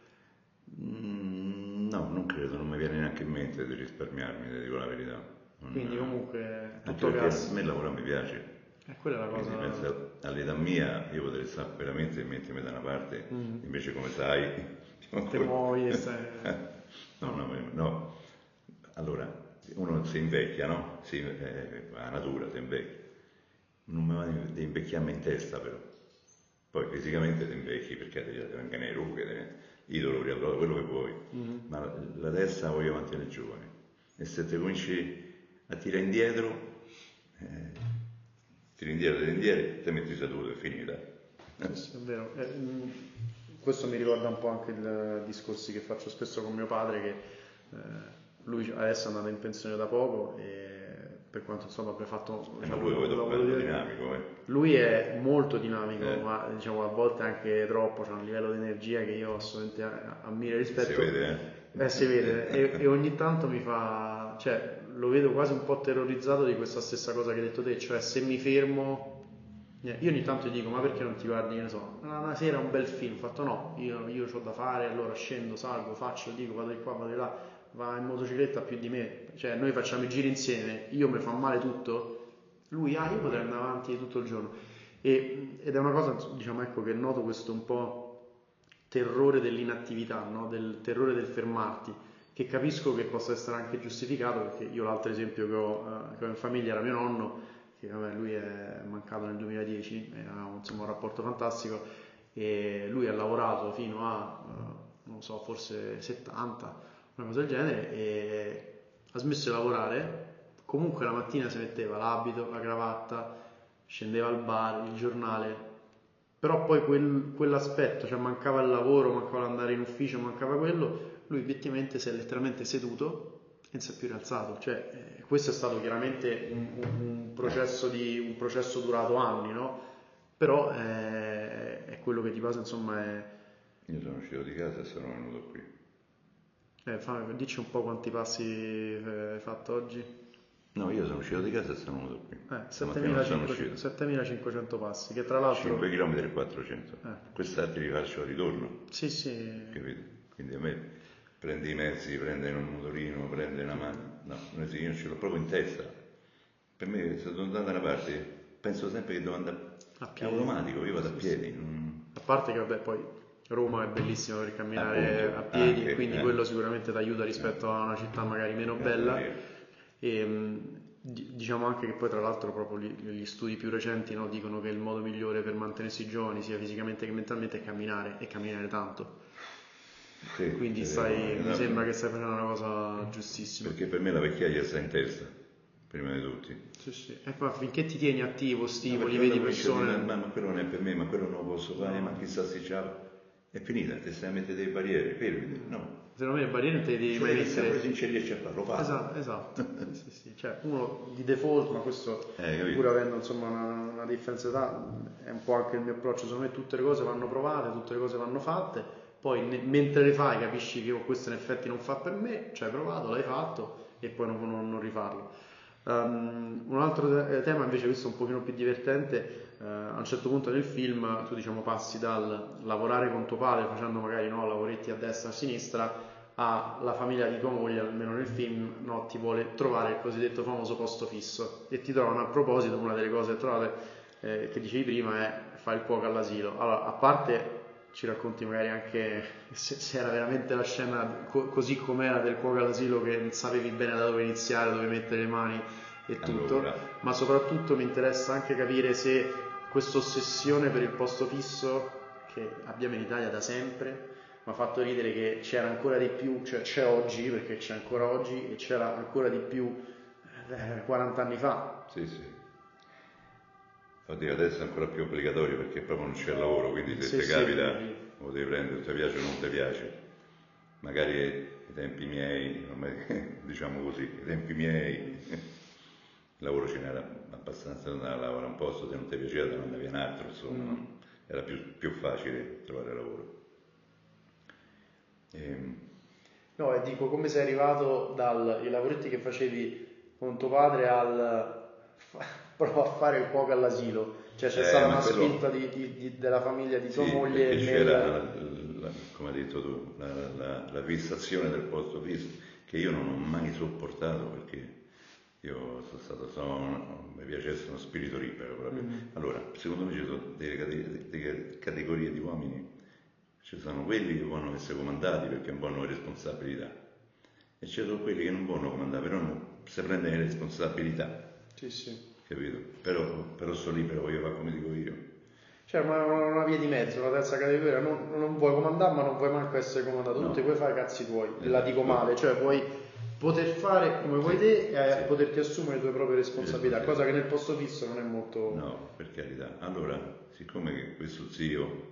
Mm, no, non credo, non mi viene neanche in mente di risparmiarmi, ti dico la verità. Non Quindi comunque tutto gas. A me lavorare mi piace. E quella è la cosa. Quindi penso all'età mia io potrei stare veramente e mettermi da una parte, mm. invece come sai... Te muovi e stai... no, no, no. Allora, uno si invecchia, no? Si, eh, la natura si invecchia. Non mi va di invecchiarmi in testa però, poi fisicamente ti invecchi perché ti vengono le rughe, i dolori, allora quello che vuoi, mm-hmm. ma la testa voglio mantenere giovane, e se ti cominci a tirare indietro, eh, tiri indietro, tiri indietro, ti metti seduto, è finita. Sì, sì, è vero. Eh, questo mi ricorda un po' anche i discorsi che faccio spesso con mio padre, che eh, lui adesso è andato in pensione da poco e per quanto insomma abbia fatto Eh, diciamo, ma lui è un lavoro bello di... dinamico, eh. Lui è molto dinamico, Eh. ma diciamo a volte anche troppo, c'ha un livello di energia che io assolutamente ammiro e rispetto. Si vede, eh? Eh, si vede, e, e ogni tanto mi fa, cioè lo vedo quasi un po' terrorizzato di questa stessa cosa che hai detto te, cioè se mi fermo, io ogni tanto gli dico ma perché non ti guardi, che ne so, una, una sera un bel film, ho fatto no, io, io ho da fare, allora scendo, salgo, faccio, dico, vado di qua, vado di là, va in motocicletta più di me, cioè noi facciamo i giri insieme, io mi fa male tutto, lui, ah io potrei andare avanti tutto il giorno, e, ed è una cosa, diciamo ecco, che noto questo un po' terrore dell'inattività, no? Del terrore del fermarti, che capisco che possa essere anche giustificato, perché io l'altro esempio che ho, eh, che ho in famiglia era mio nonno, che vabbè, lui è mancato nel duemiladieci, avevamo insomma un rapporto fantastico, e lui ha lavorato fino a, eh, non so, forse settanta, una cosa del genere, e ha smesso di lavorare, comunque la mattina si metteva l'abito, la cravatta, scendeva al bar, il giornale, però poi quel, quell'aspetto, cioè mancava il lavoro, mancava l'andare in ufficio, mancava quello, lui obiettivamente si è letteralmente seduto e non si è più rialzato, cioè eh, questo è stato chiaramente un, un, processo di, un processo durato anni, no? Però eh, è quello che di base insomma è... Io sono uscito di casa e sono venuto qui. Eh, fammi, dici un po' quanti passi hai fatto oggi? No, io sono uscito di casa e sono venuto qui. Eh, Stamattina non sono uscito. settemilacinquecento passi, che tra l'altro... cinque chilometri e quattrocento. Eh. Quest'altro li faccio al ritorno. Sì, sì. Capito? Quindi a me prendi i mezzi, prendi un motorino, prendi una macchina. No, io non ce l'ho proprio in testa. Per me, se devo andare da una parte, penso sempre che devo andare a piedi. È automatico, io vado sì, a piedi. Sì. Non... A parte che vabbè, poi Roma è bellissima per camminare Appunto, a piedi, anche, quindi eh. quello sicuramente ti aiuta rispetto a una città magari meno bella. E, diciamo anche che poi tra l'altro proprio gli studi più recenti, no, dicono che il modo migliore per mantenersi giovani sia fisicamente che mentalmente è camminare e camminare tanto. Sì, quindi sì, stai, sì, mi sembra che stai facendo una cosa giustissima, perché per me la vecchiaia sta in testa prima di tutti. Sì, sì. E poi finché ti tieni attivo, stimoli, no, vedi persone... Ma, ma quello non è per me, ma quello non lo posso fare, ma chissà se c'ha... È finita, ti stai a mettere delle barriere, fermi, no. Secondo me le barriere non te le devi mai mettere... Se non ci riesci a farlo, lo fai. Esatto, esatto. sì, sì, sì. Cioè uno di default, ma questo eh, pur avendo insomma una, una differenza d'età, è un po' anche il mio approccio, secondo me tutte le cose vanno provate, tutte le cose vanno fatte, poi ne, mentre le fai capisci che oh, questo in effetti non fa per me, ci hai provato, l'hai fatto e poi non, non, non rifarlo. Um, un altro te- tema invece, questo un pochino più divertente, uh, a un certo punto nel film tu diciamo passi dal lavorare con tuo padre facendo magari no, lavoretti a destra e a sinistra alla famiglia di tua moglie, almeno nel film, no, ti vuole trovare il cosiddetto famoso posto fisso e ti trovano. A proposito, una delle cose trovate eh, che dicevi prima è fare il cuoco all'asilo. Allora, a parte ci racconti magari anche se, se era veramente la scena co- così com'era del cuoco all'asilo, che non sapevi bene da dove iniziare, dove mettere le mani e tutto, allora. Ma soprattutto mi interessa anche capire se questa ossessione per il posto fisso che abbiamo in Italia da sempre mi ha fatto ridere che c'era ancora di più, cioè c'è oggi, perché c'è ancora oggi, e c'era ancora di più eh, quaranta anni fa. Sì, sì. Oddio, adesso è ancora più obbligatorio perché proprio non c'è lavoro, quindi se sì, ti sì, capita sì. lo devi prendere, ti piace o non ti piace. Magari ai tempi miei, diciamo così, ai tempi miei, il lavoro ce n'era abbastanza, andare a lavorare un posto, se non ti piaceva te ne andavi un altro, insomma, mm. era più, più facile trovare lavoro. Ehm. No, e dico, come sei arrivato dai lavoretti che facevi con tuo padre al prova a fare il cuoco all'asilo, cioè c'è eh, stata una quello... spinta di, di, di, della famiglia di tua sì, moglie nel... c'era la, la, come hai detto tu la, la, la fissazione del posto fisso che io non ho mai sopportato, perché io sono stato sono, mi piace essere uno spirito libero proprio. Mm-hmm. Allora, secondo me ci sono delle, delle, delle categorie di uomini, ci sono quelli che vogliono essere comandati perché non vogliono responsabilità, e ci sono quelli che non vogliono comandare però non si prendono le responsabilità. Sì, sì. Capito? Però, però sono libero, voglio fare come dico io. Cioè una, una via di mezzo, una terza categoria, non, non vuoi comandare ma non vuoi manco essere comandato, no. Tu ti puoi fare i cazzi tuoi, esatto. La dico male, cioè puoi, poter fare come vuoi te e sì. poterti assumere le tue proprie responsabilità, sì. Cosa che nel posto fisso non è molto... No, per carità. Allora, siccome questo zio,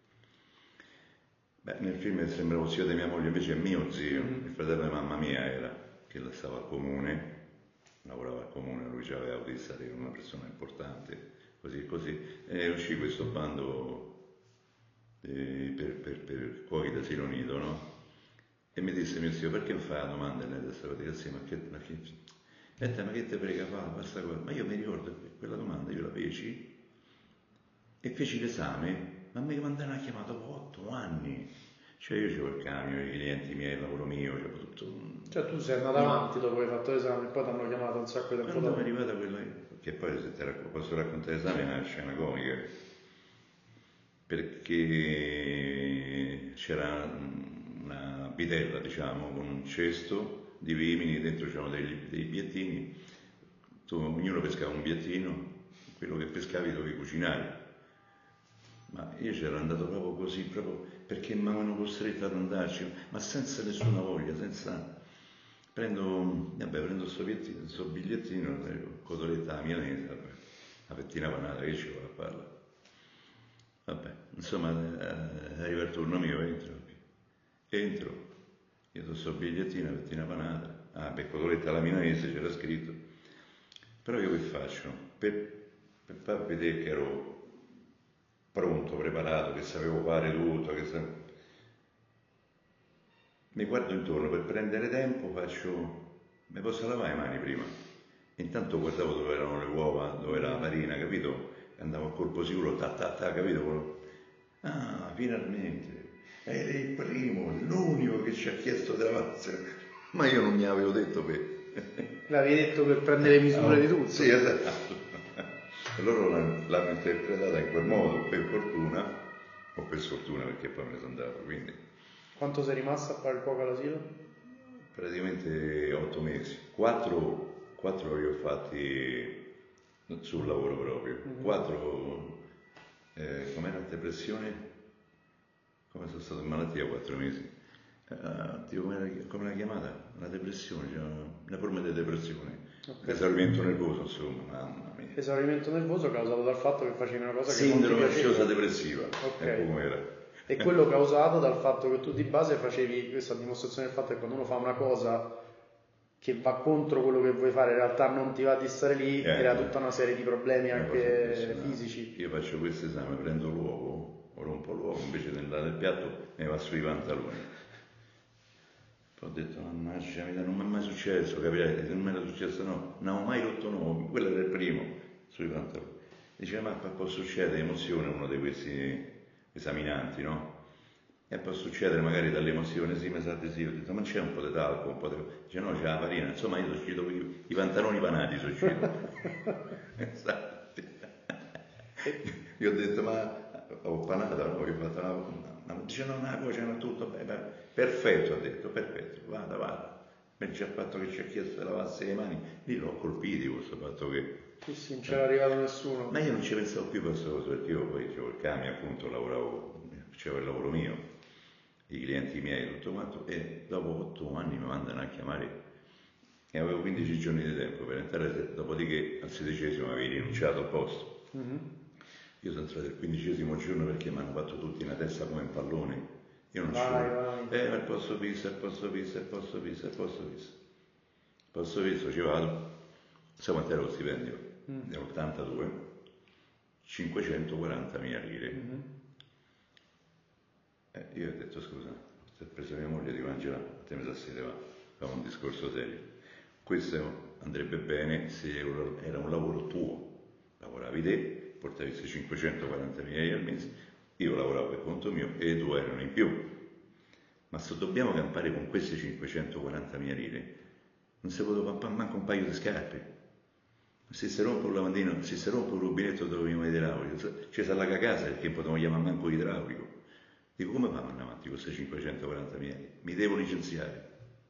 beh, nel film sembrava zio di mia moglie, invece è mio zio, mm-hmm. Il fratello di mamma mia era, che stava al comune, lavorava al comune, lui già aveva autista, era una persona importante, così così, e uscì questo bando eh, per, per, per cuochi d'asilo nido, no? E mi disse mio zio, perché mi fai la domanda? E lei questa cosa, dico, sì, ma che, ma che, aspetta, ma che te prega fa questa cosa? Ma io mi ricordo che quella domanda io la feci e feci l'esame, ma mi mandarono a chiamata dopo otto anni. Cioè io c'avevo il camion, i clienti miei, il lavoro mio, c'avevo tutto. Cioè tu sei andato avanti dopo che hai fatto l'esame e poi ti hanno chiamato un sacco di tempo dopo. dopo. Quando mi è arrivata quella, che poi se te la posso raccontare l'esame è una scena comica, perché c'era una bidella, diciamo, con un cesto di vimini, dentro c'erano dei, dei biettini, tu, ognuno pescava un biettino, quello che pescavi dovevi cucinare. Ma io c'ero andato proprio così, proprio perché mi avevano costretto ad andarci, ma senza nessuna voglia, senza... Prendo, vabbè, prendo questo bigliettino, bigliettino, cotoletta alla milanese, vabbè, la fettina panata, che ci vuole a farla? Vabbè, insomma, eh, arriva il turno mio, entro, entro, io do questo bigliettino, la fettina panata, ah, per cotoletta alla milanese c'era scritto, però io che faccio? Per, per far vedere che ero pronto, preparato, che sapevo fare tutto, che sapevo... mi guardo intorno per prendere tempo, faccio, mi posso lavare le mani prima? Intanto guardavo dove erano le uova, dove era la farina, capito? Andavo a colpo sicuro, ta ta ta, capito? Ah, finalmente, eri il primo, l'unico che ci ha chiesto di lavarsene, ma io non mi avevo detto per... L'avevi detto per prendere le misure no, di tutto? Sì, esatto. E loro l'hanno interpretata in quel modo, per fortuna, o per sfortuna perché poi me ne sono andato, quindi... Quanto sei rimasto a fare il cuoco all'asilo? Praticamente otto mesi, quattro, quattro li ho fatti sul lavoro proprio, mm-hmm. quattro, eh, com'era la depressione? Come sono stato in malattia quattro mesi? Uh, tipo, come, come l'ha chiamata? La depressione, cioè una forma di depressione, okay. Esaurimento nervoso, insomma, mamma mia. Esaurimento nervoso causato dal fatto che facevi una cosa che Sindrome non ti ansiosa depressiva, okay. Ecco com'era. E quello causato dal fatto che tu di base facevi, questa dimostrazione del fatto che quando uno fa una cosa che va contro quello che vuoi fare, in realtà non ti va di stare lì, eh, era tutta una serie di problemi anche fisici. Io faccio questo esame, prendo l'uovo, o rompo l'uovo, invece di andare nel piatto ne va sui pantaloni. Ho detto, mannaggia, non mi è mai successo, capite? Se non mi era successo no, non avevo mai rotto un uovo, quello era il primo sui pantaloni. Diceva, ma può succedere emozione uno di questi esaminanti, no? E può succedere magari dall'emozione, sì, mi sa di sì, ho detto, ma c'è un po' di talco, un po' di... Dice, no, c'è la farina, insomma io sono uscito, i, i pantaloni panati sono uscito. Esatto. Io ho detto, ma ho panata, no? Io ho fatto una... Ma dice, no, no, poi c'era tutto, beh, beh, perfetto, ha detto, perfetto, vada, vada. Invece il fatto che ci ha chiesto di lavarsi le mani, lì l'ho colpito questo fatto che... Sì, sì, non c'era arrivato nessuno. Ma io non ci pensavo più per questo cosa, perché io poi avevo il camion, appunto, lavoravo, facevo il lavoro mio, i clienti miei, tutto quanto, e dopo otto anni mi mandano a chiamare e avevo quindici giorni di tempo per entrare, dopodiché al sedicesimo avevi rinunciato al posto. Mm-hmm. Io sono entrato il quindicesimo giorno perché mi hanno fatto tutti una testa come un pallone. Io non vai, ci Eh, ma il posto fisso, il posto fisso, il posto fisso, il posto fisso. Il posto fisso ci vado. Sai quanto era lo stipendio? Mm. ottantadue, cinquecentoquarantamila lire. Mm-hmm. Eh, io ho detto, scusa, se ho preso mia moglie di Angela, te mi sa siete va, famo un discorso serio. Questo andrebbe bene se era un lavoro tuo. Lavoravi te, portavi questi cinquecentoquarantamila lire al mese, io lavoravo per conto mio e due erano in più. Ma se dobbiamo campare con queste cinquecentoquarantamila lire, non si può campare manco un paio di scarpe. Se si rompe un lavandino, se si rompe un rubinetto dove mi metti idraulico, ci si allaga casa perché potevamo chiamare manco idraulico. Dico, come fanno andare avanti con queste cinquecentoquarantamila lire? Mi devo licenziare.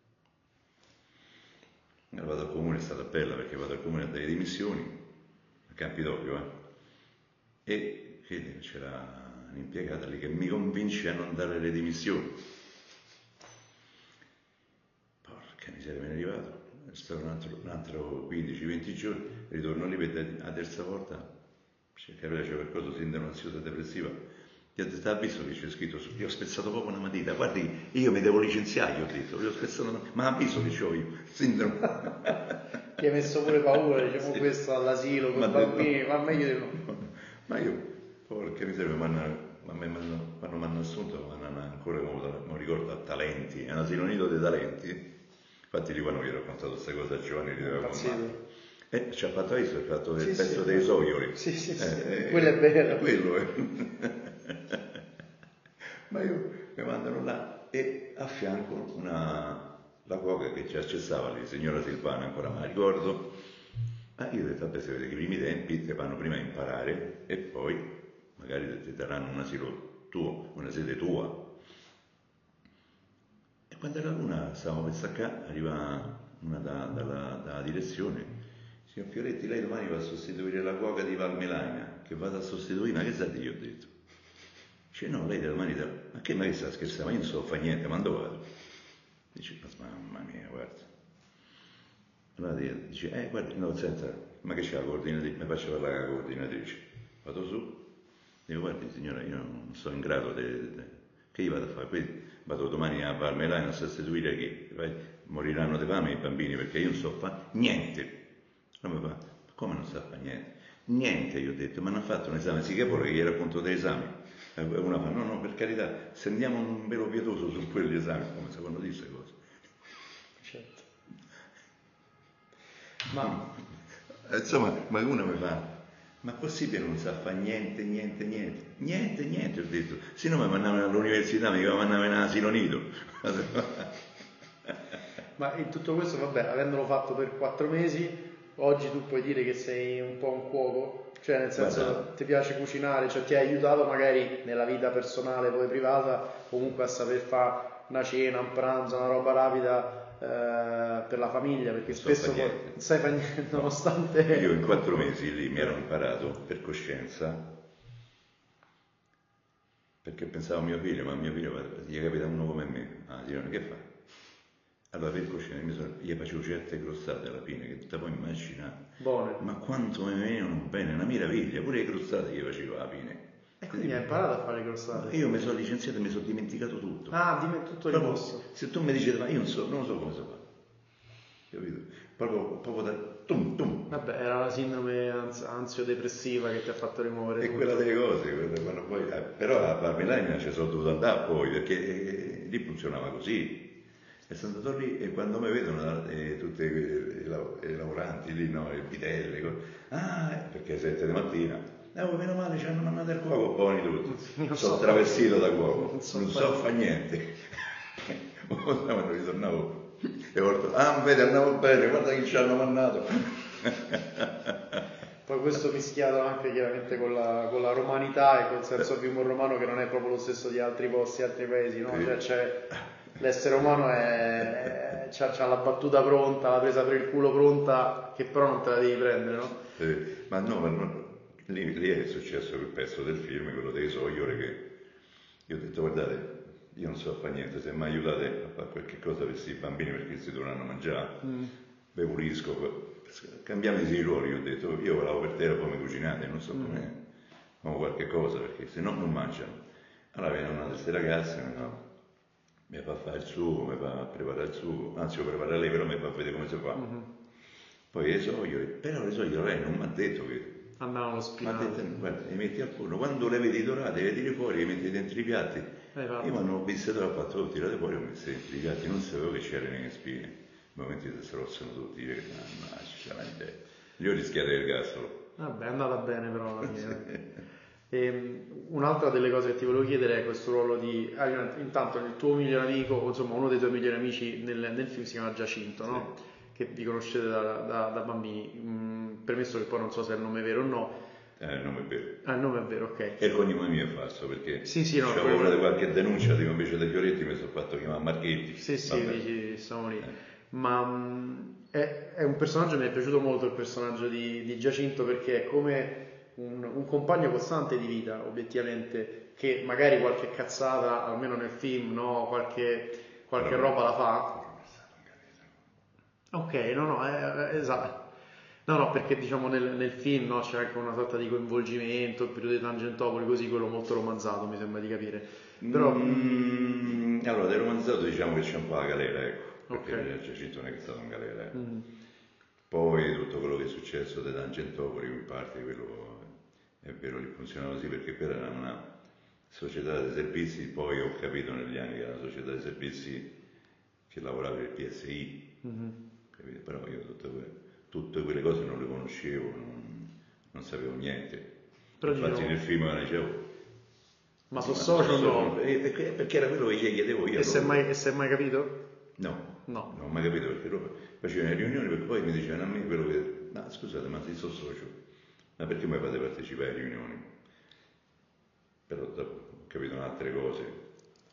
Allora vado al comune, è stata bella perché vado al comune a dare dimissioni, a Campidoglio, eh. E quindi c'era un'impiegata lì che mi convince a non dare le dimissioni. Porca Porca miseria, me ne è arrivato, è stato un altro, un altro quindici venti giorni, ritorno lì per la terza volta, cercare c'è qualcosa, sindrome ansiosa depressiva. Ti ho detto, ha visto che c'è scritto su, io ho spezzato proprio una matita, guardi, io mi devo licenziare, io ho detto, io ho spezzato una, ma ha visto che c'ho io, sindrome. Ti hai messo pure paura, diciamo, sì. Questo all'asilo con i bambini, ma meglio di no. Ma io, porca miseria, mi hanno, quando mi hanno assunto, mi hanno ancora, non ricordo, a Talenti, è un asilo nido dei talenti, infatti lì quando vi ho raccontato queste cose a Giovanni li doveva contare. Eh, ci ha fatto visto, ha fatto il sì, pezzo sì, dei soioli. Sì, sì, sì, eh, quello è vero. Quello è. Ma io mi mandano là e a fianco una, la cuoca che ci accessava lì, signora Silvana, ancora me la ricordo. Ma io ho detto, vabbè, se vede che i primi tempi ti fanno prima imparare e poi magari ti daranno un asilo tuo, una sede tua. E quando era l'una, stavamo per staccare, arriva una da, dalla, dalla direzione. Signor Fioretti, lei domani va a sostituire la cuoca di Valmelagna, che vado a sostituire, ma che sa di io, ho detto. Dice, no, lei da domani, da... ma che, ma che sta scherzando, ma io non so fare niente, ma dove vado? Dice, ma mamma mia, guarda. Allora dice, eh, guarda, no, senta, ma che c'è la coordinatrice? Mi faccio parlare con la coordinatrice. Vado su, dico, guardi signora, io non sono in grado di... Che io vado a fare? Quindi vado domani a Valmelagna a sostituire chi? Moriranno di fame i bambini, perché io non so fare niente. Non mi fa, come non sa fare niente? Niente, io ho detto, ma hanno fatto un esame, sì che vuole che gli racconto degli esami. E una fa, no, no, per carità, sentiamo un velo pietoso su quegli esami, come secondo te queste cose. Certo. Ma insomma, ma uno mi fa, ma possibile non sa fare niente, niente, niente, niente, niente, ho detto, se no mi mandavano all'università, mi mandavano in asilo nido. Ma in tutto questo, vabbè, avendolo fatto per quattro mesi, oggi tu puoi dire che sei un po' un cuoco? Cioè, nel senso, guarda, ti piace cucinare, cioè ti ha aiutato magari nella vita personale, poi privata, comunque a saper fare una cena, un pranzo, una roba rapida eh, per la famiglia, perché non spesso so poi non sai fare niente, nonostante... Io in quattro mesi lì mi ero imparato per coscienza, perché pensavo a mio figlio, ma a mio figlio gli capita uno come me, ah, dicono, che fa? Allora per coscienza mi sono, gli facevo certe crostate alla fine, che te puoi immaginare. Buone. Ma quanto mi venivano bene, una meraviglia, pure le crostate gli facevo alla fine. E quindi hai imparato a fare le crostate? Io mi sono licenziato e mi sono dimenticato tutto. Ah, dimmi tutto il posto. Se tu mi dici, ma io non so, non so come si fa. Capito? Proprio, proprio da tum tum. Vabbè, era la sindrome ans- ansio-depressiva che ti ha fatto rimuovere e tutto. quella delle cose, quella, poi, eh, però a Valmelagna ci sono dovuto andare poi, perché eh, lì funzionava così. E sono andato lì e quando mi vedono eh, tutti i, i lavoranti lì, no, le bitelle, co- ah, eh, perché alle sette di mattina, eh, oh, meno male ci hanno mandato il cuoco, buoni tutti, sono so travestito da cuoco, non so, non so fare niente. Quando ritornavo e ho detto, ah, vedi, andavo bene, guarda che ci hanno mandato. Poi questo mischiato anche chiaramente con la, con la romanità e col senso di humor romano che non è proprio lo stesso di altri posti, altri paesi, no? Sì. Cioè c'è... L'essere umano è, è, c'ha, c'ha la battuta pronta, la presa per il culo pronta, che però non te la devi prendere, no? Eh, ma no, ma no, lì, lì è successo quel pezzo del film, quello dei soioli, che io ho detto, guardate, io non so fare niente, se mi aiutate a fare qualche cosa per questi bambini perché si dovranno mangiare, mm. ve pulisco, cambiamo i ruoli, ho detto, io lavo per terra, poi mi cucinate, non so mm. come, come qualche cosa, perché se no non mangiano. Allora viene una di queste ragazze, no? Mi fa fare il sugo, mi fa preparare il sugo, anzi lo prepara lei, però mi fa vedere come si fa. Mm-hmm. Poi le soiole, però le soiole lei non mi ha detto che... Andavano spinato. Mi ha detto, guarda, le metti al forno, quando le vedi dorate, le tiri fuori, le metti dentro i piatti. Eh, io mi hanno visto, ho fatto, ho tirato fuori, ho messo dentro i piatti, non sapevo che c'erano le spine. Nel momento che si strozzano tutti, io no, c'è la idea. Gli ho rischiato il gassolo. Vabbè, è andata bene però alla fine. E un'altra delle cose che ti volevo chiedere è questo ruolo di ah, intanto il tuo migliore amico, o insomma uno dei tuoi migliori amici nel, nel film si chiama Giacinto, sì. No? Che vi conoscete da, da, da bambini, mm, permesso che poi non so se è il nome vero o no. Eh, il nome è vero. Ah, il nome è vero, ok. E il cognome mio è falso perché sì, sì, no, c'ho quello... paura di qualche denuncia, dico invece dei Fioretti mi sono fatto chiamare Marchetti. Sì, sì, dici, siamo lì. Eh. Ma mh, è, è un personaggio, mi è piaciuto molto il personaggio di, di Giacinto perché è come un, un compagno costante di vita, obiettivamente, che magari qualche cazzata, almeno nel film, no, qualche, qualche roba la fa. Ok, no, no, eh, esatto. No, no, perché diciamo nel, nel film no, c'è anche una sorta di coinvolgimento, il periodo di Tangentopoli, così, quello molto romanzato, mi sembra di capire. Però... Mm, allora, del romanzato diciamo che c'è un po' la galera, ecco, perché Ok. Giacinto non è che è stato in galera. Eh. Mm. Poi tutto quello che è successo da Tangentopoli, in parte quello è vero che funzionava così, perché per era una società di servizi, poi ho capito negli anni che era una società di servizi che lavorava per il P S I, Mm-hmm. capito? Però io tutte quelle, tutte quelle cose non le conoscevo, non, non sapevo niente. Però Infatti diciamo, nel film dicevo, ma sì, so ma socio o sono- no? eh, perché, perché era quello che gli chiedevo io E se proprio. mai, e se mai capito? No, No. non ho mai capito perché loro facevano le riunioni perché poi mi dicevano a me quello che, ma scusate, ma se sono socio, ma perché mai fate partecipare alle riunioni? Però dopo ho capito altre cose,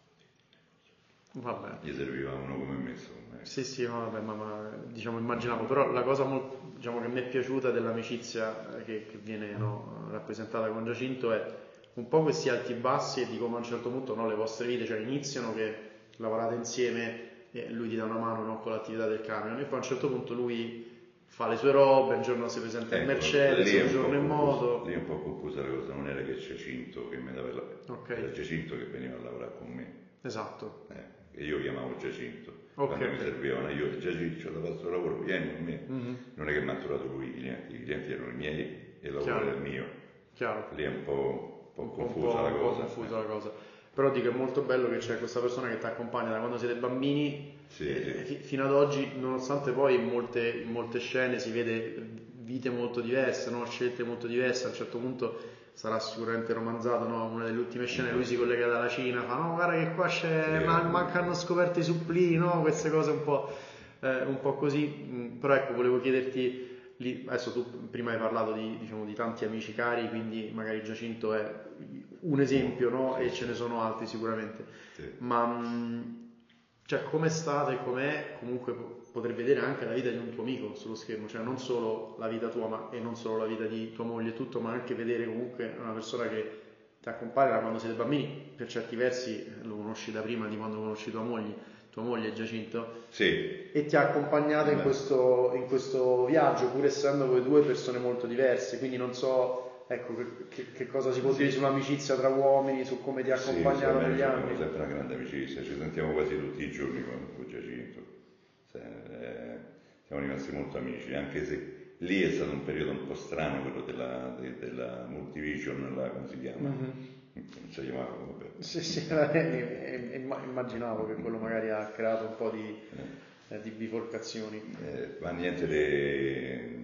Vabbè. gli serviva uno come me, insomma. Sì, sì, no, vabbè, ma, ma, diciamo immaginavo, però la cosa molto, diciamo, che mi è piaciuta dell'amicizia che, che viene no, rappresentata con Giacinto è un po' questi alti e bassi e di come a un certo punto no, le vostre vite, cioè iniziano che lavorate insieme e lui ti dà una mano no, con l'attività del camion e poi a un certo punto lui fa le sue robe, un giorno si presenta in Ecco, Mercedes, lì è un un po' giorno in confusa, moto. lì è un po' confusa la cosa, non era che Giacinto che mi dava la, Ok. era Giacinto che veniva a lavorare con me. Esatto. Eh, e io chiamavo Giacinto, Ok, quando mi ok. servivano, io Giacinto, ho da questo lavoro, vieni con me. Mhm. Non è che mi ha trovato lui i clienti, i clienti erano i miei e il lavoro Chiaro. era il mio. Chiaro. Lì è un po', un po' Un po', un confusa po', la un po' cosa. confusa eh. la cosa. Però dico è molto bello che c'è questa persona che ti accompagna da quando siete bambini Sì, eh, sì. fi- fino ad oggi, nonostante poi in molte, in molte scene si vede vite molto diverse, no? Scelte molto diverse, a un certo punto sarà sicuramente romanzato, no? Una delle ultime scene lui si collega dalla Cina, fa no guarda che qua c'è, Sì, ma, eh. manca hanno scoperto i supplì, no? Queste cose un po', eh, un po' così, Mm, però ecco volevo chiederti lì, adesso tu prima hai parlato di, diciamo, di tanti amici cari, quindi magari Giacinto è un esempio, no? Sì, E sì. ce ne sono altri sicuramente. Sì. Ma mh, cioè, come state e com'è, comunque po- poter vedere anche la vita di un tuo amico sullo schermo, cioè non solo la vita tua ma, e non solo la vita di tua moglie e tutto, ma anche vedere comunque una persona che ti accompagna da quando siete bambini, per certi versi lo conosci da prima di quando conosci tua moglie, tua moglie Giacinto, Sì. e ti ha accompagnato in Beh. questo, in questo viaggio, pur essendo voi due persone molto diverse, quindi non so ecco, che, che cosa si può dire sull'amicizia tra uomini, su come ti ha Sì, accompagnato sì, negli abbiamo anni. sempre una grande amicizia, ci sentiamo quasi tutti i giorni con, con Giacinto. Sì, eh, siamo rimasti molto amici, anche se lì è stato un periodo un po' strano quello della, de- della Multivision, là, come si chiama? Mhm. Non si chiamava, vabbè. Sì, sì, eh, imma- immaginavo che quello magari ha creato un po' di, eh, di biforcazioni. Eh, ma niente di,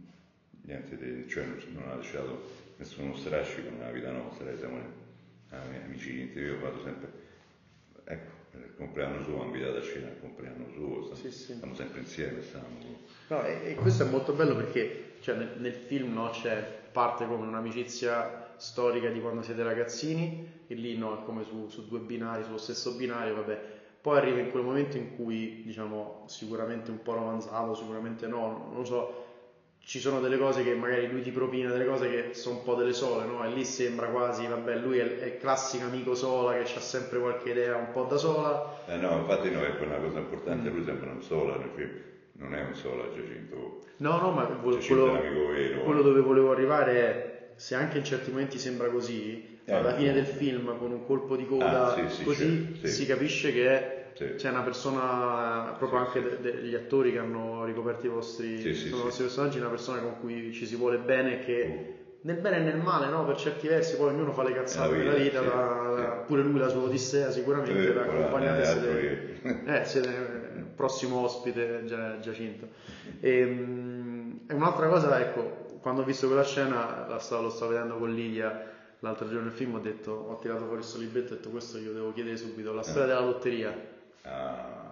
niente di, cioè non, non ha lasciato nessuno strascico nella vita nostra, eh, siamo eh, amici intimi, io vado sempre, ecco, il compleanno suo, mi ha invitato a cena al compleanno suo, stiamo, Sì, sì. stiamo sempre insieme, stiamo, No, e, e questo è molto bello perché cioè, nel, nel film no, c'è parte come un'amicizia storica di quando siete ragazzini e lì no, è come su, su due binari, sullo stesso binario, vabbè. Poi arriva in quel momento in cui, diciamo, sicuramente un po' romanzato, sicuramente no, non lo so, ci sono delle cose che magari lui ti propina, delle cose che sono un po' delle sole, no? E lì sembra quasi, vabbè, lui è, è il classico amico sola che ha sempre qualche idea un po' da sola. eh no, infatti no, ecco una cosa importante, lui sembra un sola nel film, non è un sola Giacinto, No, no, ma vo- Giacinto è quello, un amico vero. quello dove volevo arrivare è, se anche in certi momenti sembra così, Eh, alla fine no. del film con un colpo di coda Ah, sì, sì, così certo, sì. si capisce che è, Sì. c'è una persona, proprio Sì, anche sì. de- degli attori che hanno ricoperto i vostri, Sì, sì, sono i sì. vostri personaggi, una persona con cui ci si vuole bene e che Mm. nel bene e nel male, no? Per certi versi, poi ognuno fa le cazzate È la nella vita, vita, sì, da- sì. pure lui la sua odissea sicuramente, Eh, da voilà, accompagnate eh, siete, altro che- eh, siete il prossimo ospite Gia- Giacinto. E, mm, e un'altra cosa, ecco, quando ho visto quella scena, la stavo, lo stavo vedendo con Lidia l'altro giorno nel film, ho detto, ho tirato fuori questo libretto e ho detto questo glielo devo chiedere subito, la storia della lotteria. Ah,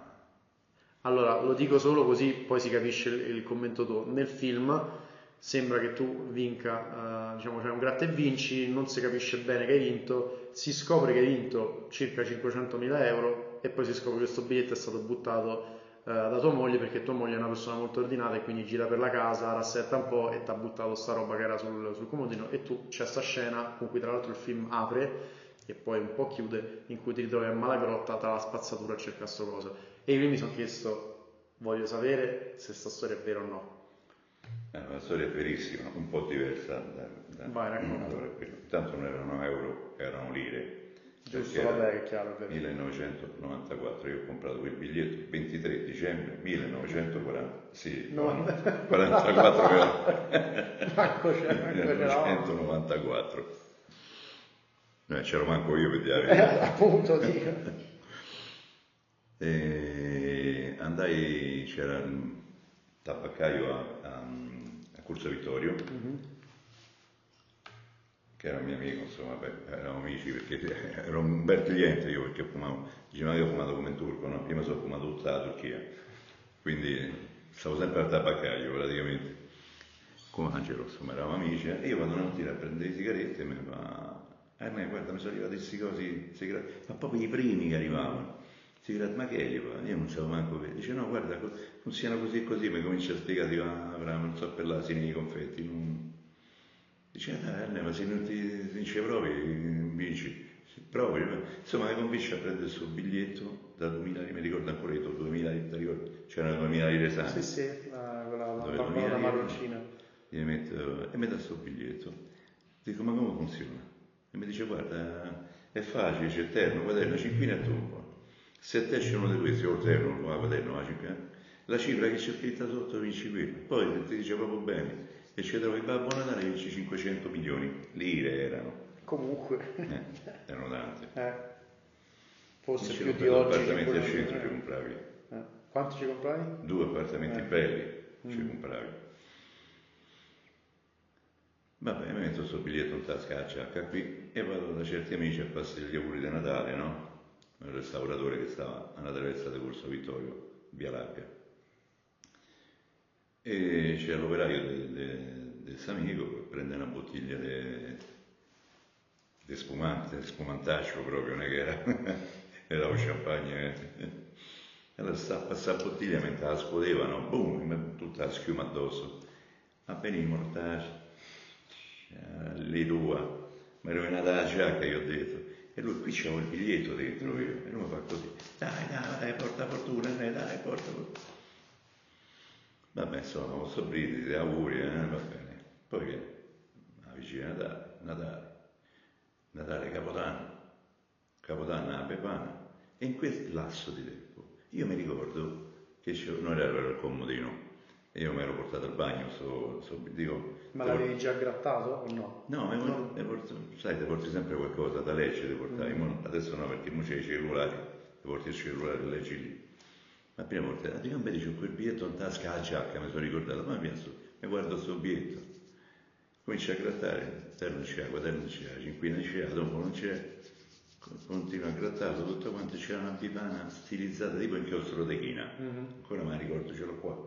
Allora, lo dico solo così poi si capisce il, il commento tuo. Nel film sembra che tu vinca, eh, diciamo c'è un gratta e vinci, non si capisce bene che hai vinto, si scopre che hai vinto circa cinquecentomila euro e poi si scopre che questo biglietto è stato buttato eh, da tua moglie perché tua moglie è una persona molto ordinata e quindi gira per la casa, rassetta un po' e ti ha buttato sta roba che era sul, sul comodino e tu c'è sta scena con cui tra l'altro il film apre e poi un po' chiude, in cui ti ritrovi a Malagrotta tra la spazzatura a cercare sto cosa. E io mi sono chiesto, voglio sapere se sta storia è vera o no. È una storia verissima, un po' diversa da, da... Vai, racconta. Allora, tanto non erano euro, erano lire. Giusto, vabbè, che è chiaro, è vero. millenovecentonovantaquattro, io ho comprato quel biglietto ventitré dicembre millenovecentoquaranta, sì, No. quarantaquattro Manco c'era, millenovecentonovantaquattro. Eh, c'ero manco io per dire. Eh, appunto, dico. E andai, c'era il tabaccaio a, a, a Corso Vittorio, mm-hmm. che era un mio amico, insomma, beh, eravamo amici perché ero un bel cliente io, perché fumavo, diceva io ho fumato come in turco, no? Prima sono fumato tutta la Turchia, quindi stavo sempre al tabaccaio praticamente, con Angelo, insomma, eravamo amici, e io vado una mattina a prendere le sigarette e mi fa, eh me, guarda, mi sono arrivati questi cosi, sigarette, ma proprio i primi che arrivavano, sigarette, ma che gli fa? Io non sapevo manco che, dice no, guarda, funziona così e così, mi comincia a spiegare, dico, ah, bravo, non so per l'asino i confetti, non... Dice, eh, ma se non ti vince provi, vinci, provi. Insomma, mi convince a prendere il suo biglietto da duemila lire, mi ricordo ancora detto duemila lire, ti ricordo? C'erano duemila lire sane. Sì, sì, la, quella la marroncina. E mi metto, e mi dà il suo biglietto. Dico, ma come funziona? E mi dice, guarda, è facile, c'è terno, quaderno, cinquina e tombo. Se te c'è uno di questi, o terno, o quaderno, la cinquina, la cifra che c'è scritta sotto vinci quello. Poi ti dice proprio bene. E ci trovi Babbo Natale vinci cinquecento milioni, lire erano. Comunque. Eh, erano tante. Eh. Forse e più di oggi. Appartamenti al centro ci compravi. Eh. Quanti ci compravi? Due appartamenti eh. belli mm. ci compravi. Vabbè, mi metto sul biglietto in tasca a ciacca qui e vado da certi amici a passare gli auguri di Natale, no? Un restauratore che stava alla traversa di Corso Vittorio, via Larga. E c'era l'operaio di questo amico che prende una bottiglia di spumante, spumantaccio proprio, non è che era, era un champagne. Allora sta a passare la bottiglia mentre la scuotevano, boom, tutta la schiuma addosso. Ma bene mortacci, lì tua, mi ero rovinata la giacca, io ho detto. E lui qui c'avevo il biglietto dentro io, e lui mi fa così, dai, dai, dai, porta fortuna, dai, dai, porta fortuna. Vabbè, insomma, ho sorriso, ti auguri, eh, va bene. Poi viene la vicina Natale, Natale, Natale, Capodanno, Capodanno a Pepana. E in quel lasso di tempo, io mi ricordo che non ero al comodino, e io mi ero portato al bagno, so, so, dico... Ma l'avevi già grattato o no? No, mi no. Porto, sai, ti porti sempre qualcosa da leggere, ti portavi, mm. Adesso no, perché non c'è i cellulari, ti porti il cellulare e leggi lì. La prima volta, a dire, dice, quel biglietto in tasca alla giacca, mi sono ricordato, ma mi penso, mi guardo sto biglietto, comincia a grattare, terno non c'era, quaderno non c'era, cinquina non c'era, dopo non c'era, continua a grattarlo, tutto quanto c'era una bipana stilizzata, tipo inchiostro di china, mm-hmm. Ancora me la ricordo, ce l'ho qua.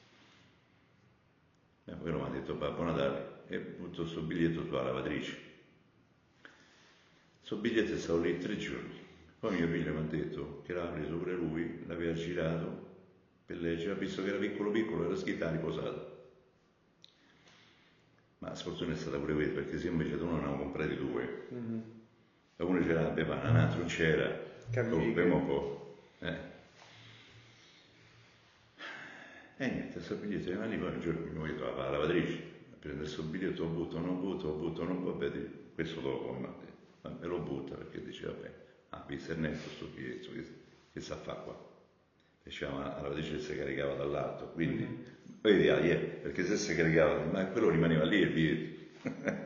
E poi mi ha detto Babbo Natale e butto sto biglietto sulla lavatrice. Sto biglietto è stato lì tre giorni. Poi mio figlio mi ha detto che l'aveva preso pure lui, l'aveva girato per leggere, visto che era piccolo piccolo, era scritto riposato. Ma la sfortuna è stata pure questa, perché se invece uno ne avevo comprati due, mm-hmm. E uno c'era la bevana, un altro non c'era, compriamo un po'. Eh. E niente, questo biglietto rimane lì, poi un giorno mi voglio trovare la lavatrice, a prendere questo biglietto, lo butto, non butto, lo butto, non butto, vabbè, questo dopo, ma me lo butta perché dice, vabbè, ah, visto Ernesto sto biglietto, che, che sa fa qua? Diceva, la lavatrice si caricava dall'alto, quindi, mm-hmm. Vedi, ah, yeah, perché se si caricava, ma quello rimaneva lì il biglietto.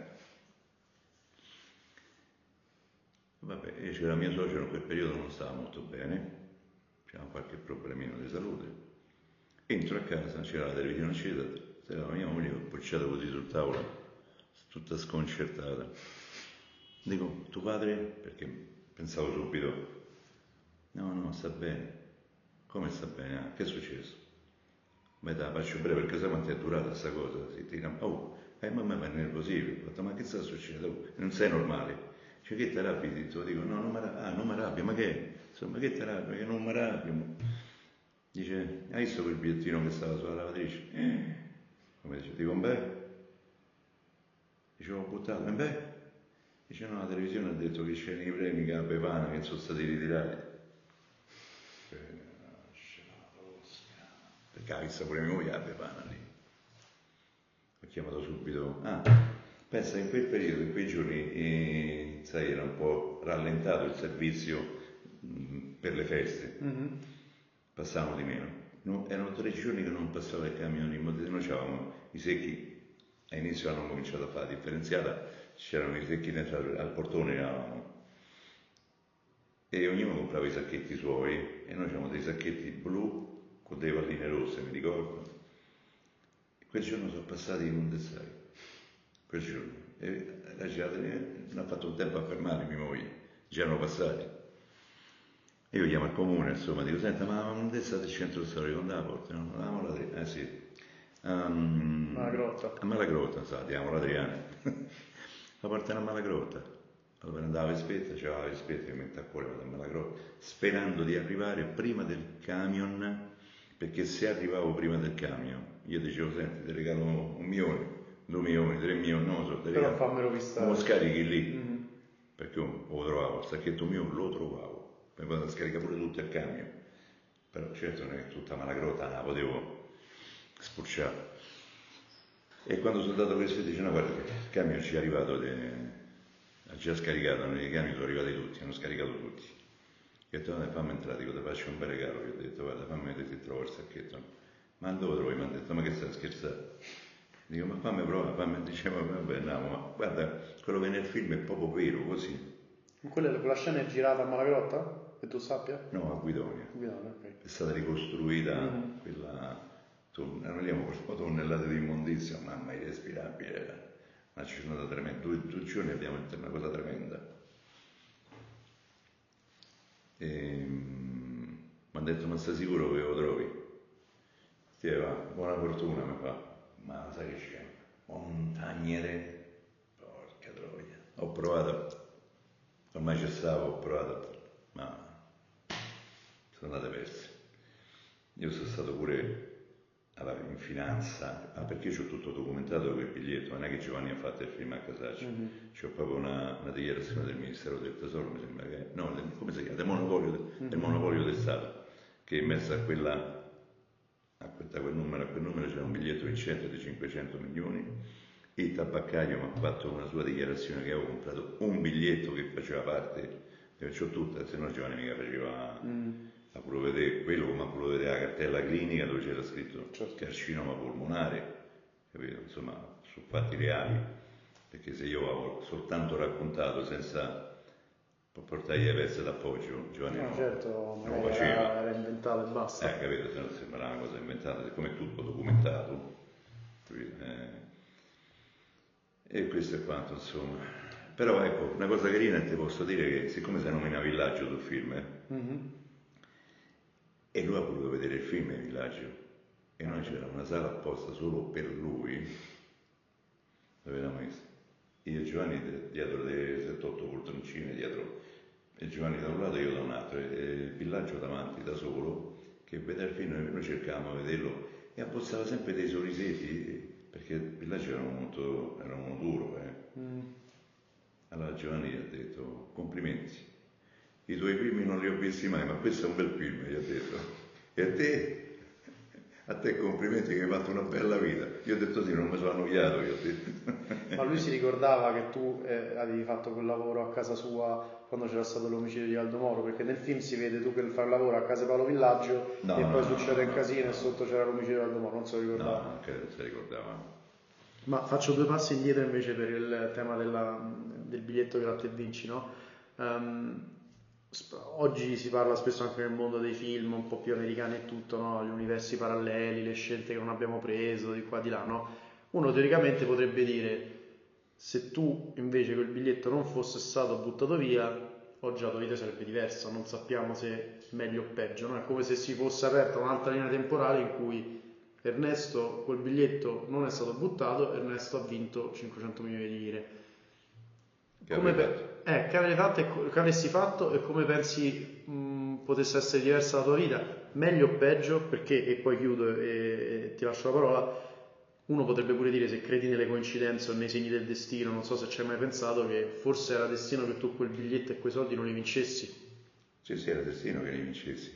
Vabbè, e c'era mia suocera in quel periodo non stava molto bene, c'era qualche problemino di salute. Entro a casa, c'era la televisione accesa, c'era la mia moglie appoggiata così sul tavolo, tutta sconcertata. Dico, tuo padre? Perché pensavo subito, no, no, sta bene. Come sta bene? Ah, che è successo? Ma te la faccio breve perché sai quanto è durata questa cosa? Si tira, oh, e mamma mi nervosiva, ho detto, ma che sta succedendo? Oh, non sei normale. Cioè, che ti arrabbi? Dico, no, non mi arrabbio, ah, non mi arrabbio, ma che? Insomma, che ti arrabbi? Che non mi arrabbio. Dice, hai visto quel bigliettino che stava sulla lavatrice? Eh. Come dice, dico, beh? Dice, l'ho buttato, beh? Dice, no, la televisione ha detto che c'erano i premi che a Pepana che sono stati ritirati. cavizza pure mia moglie, vabbè, pana lì. Ho chiamato subito, ah, pensa in quel periodo, in quei giorni, eh, sai, era un po' rallentato il servizio mh, per le feste, mm-hmm. Passavano di meno, no, erano tre giorni che non passava il camion, in modo che noi avevamo i secchi, a inizio hanno cominciato a fare la differenziata, c'erano i secchi al, al portone, eravamo. E ognuno comprava i sacchetti suoi e noi avevamo dei sacchetti blu con delle palline rosse, mi ricordo. Quel giorno sono passati in un dettaglio, quel giorno, e la girata non ha fatto un tempo a fermare mia moglie, già erano passati. E io chiamo al comune, insomma, dico, senta, ma non destate il centro storico, non la porta, no? Andiamo alla, eh sì, um, Malagrotta. A Malagrotta, sa, andiamo all'Adriana, la portano a Malagrotta. Allora andava a Spezia, c'era la Spezia che mette a cuore, vado a Malagrotta, sperando di arrivare prima del camion, perché se arrivavo prima del camion, io dicevo, senti, ti regalo un milione, due milioni, tre milioni, non lo so, ti regalo. Però fammelo pistare. Non lo scarichi lì, mm-hmm. Perché io lo trovavo, il sacchetto mio lo trovavo, poi vado a scaricare pure tutto il camion, però certo non è che tutta Malagrotta la potevo spurciare. E quando sono andato questo dice, no guarda, il camion ci è arrivato, de... ha già scaricato, i camion sono arrivati tutti, hanno scaricato tutti. Io ho detto, fammi entrare, dico, ti faccio un bel regalo, io ho detto, guarda, fammi vedere se trovo il sacchetto. Ma dove trovi? Mi hanno detto, ma che stai scherzando? Dico, ma fammi provare, fammi, diceva, vabbè, andiamo, ma guarda, quello che nel film è proprio vero, così. Quella, quella scena è girata a Malagrotta? Che tu sappia? No, a Guidonia. Guidonia, ok. È stata ricostruita, mm-hmm. Quella, non abbiamo portato tonnellate di immondizia, mamma, irrespirabile, era una giornata tremenda, due, due giorni abbiamo detto una cosa tremenda. E, mi hanno detto, ma stai sicuro che lo trovi? Sì, va, buona fortuna mi fa, ma sai che c'è? Montagnere, porca troia. Ho provato, ormai ci stavo, ho provato, ma sono andate perse. Io sono stato pure allora, in finanza, ah, perché io ho tutto documentato quel biglietto, non è che Giovanni ha fatto il film a casaccio, mm-hmm. C'ho proprio una, una dichiarazione del Ministero del Tesoro, mi sembra che, no, del, come si chiama? Del monopolio, mm-hmm. del monopolio del Stato, che in mezzo a quella... A quel numero, a quel numero c'era un biglietto vincente di cinquecento milioni, il tabaccaio mi ha fatto una sua dichiarazione che avevo comprato un biglietto che faceva parte, ne faccio tutta, se no Giovanni mica faceva mm. a pure vedere quello, come a pure vedere la cartella clinica dove c'era scritto certo. Carcinoma polmonare, capito? Insomma, su fatti reali, perché se io avevo soltanto raccontato senza portare le pezze d'appoggio, Giovanni no, no, certo, non lo faceva. Era, era inventato e basta. Eh, capito, se no sembrava una cosa inventata, siccome è tutto documentato. Eh, e questo è quanto, insomma. Però ecco, una cosa carina ti posso dire che siccome si nomina Villaggio sul film, eh, mm-hmm. e lui ha voluto vedere il film in Villaggio, e noi c'era una sala apposta solo per lui, dove l'abbiamo messo. Io e Giovanni dietro delle sette otto poltroncine dietro, e Giovanni da un lato e io da un altro, e il Villaggio davanti da solo, che vedeva il film, noi cercavamo di vederlo, e abbozzava sempre dei sorrisetti, perché il Villaggio era molto, era molto duro. Eh. Mm. Allora Giovanni gli ha detto, complimenti, i tuoi film non li ho visti mai, ma questo è un bel film, gli ha detto, e a te? A te complimenti che hai fatto una bella vita. Io ho detto sì, non mi sono annoiato, io ho detto. Ma lui si ricordava che tu eh, avevi fatto quel lavoro a casa sua quando c'era stato l'omicidio di Aldo Moro? Perché nel film si vede tu che fai il lavoro a casa Paolo Villaggio no, e no, poi no, succede un no, casino no. E sotto c'era l'omicidio di Aldo Moro, non se lo ricordava. No, anche non si ricordava. Ma faccio due passi indietro invece per il tema della, del biglietto gratta e vinci, no? Um, Oggi si parla spesso anche nel mondo dei film un po' più americani e tutto, no? Gli universi paralleli, le scelte che non abbiamo preso di qua di là, no? Uno teoricamente potrebbe dire, se tu invece quel biglietto non fosse stato buttato via, oggi la tua vita sarebbe diversa, non sappiamo se meglio o peggio, no? È come se si fosse aperta un'altra linea temporale in cui Ernesto, quel biglietto non è stato buttato, Ernesto ha vinto cinquecento milioni di lire. Come per... eh, che, fatto e, che avresti fatto e come pensi mh, potesse essere diversa la tua vita, meglio o peggio? Perché, e poi chiudo e, e ti lascio la parola, uno potrebbe pure dire, se credi nelle coincidenze o nei segni del destino, non so se ci hai mai pensato che forse era destino che tu quel biglietto e quei soldi non li vincessi. Sì, sì, era destino che li vincessi,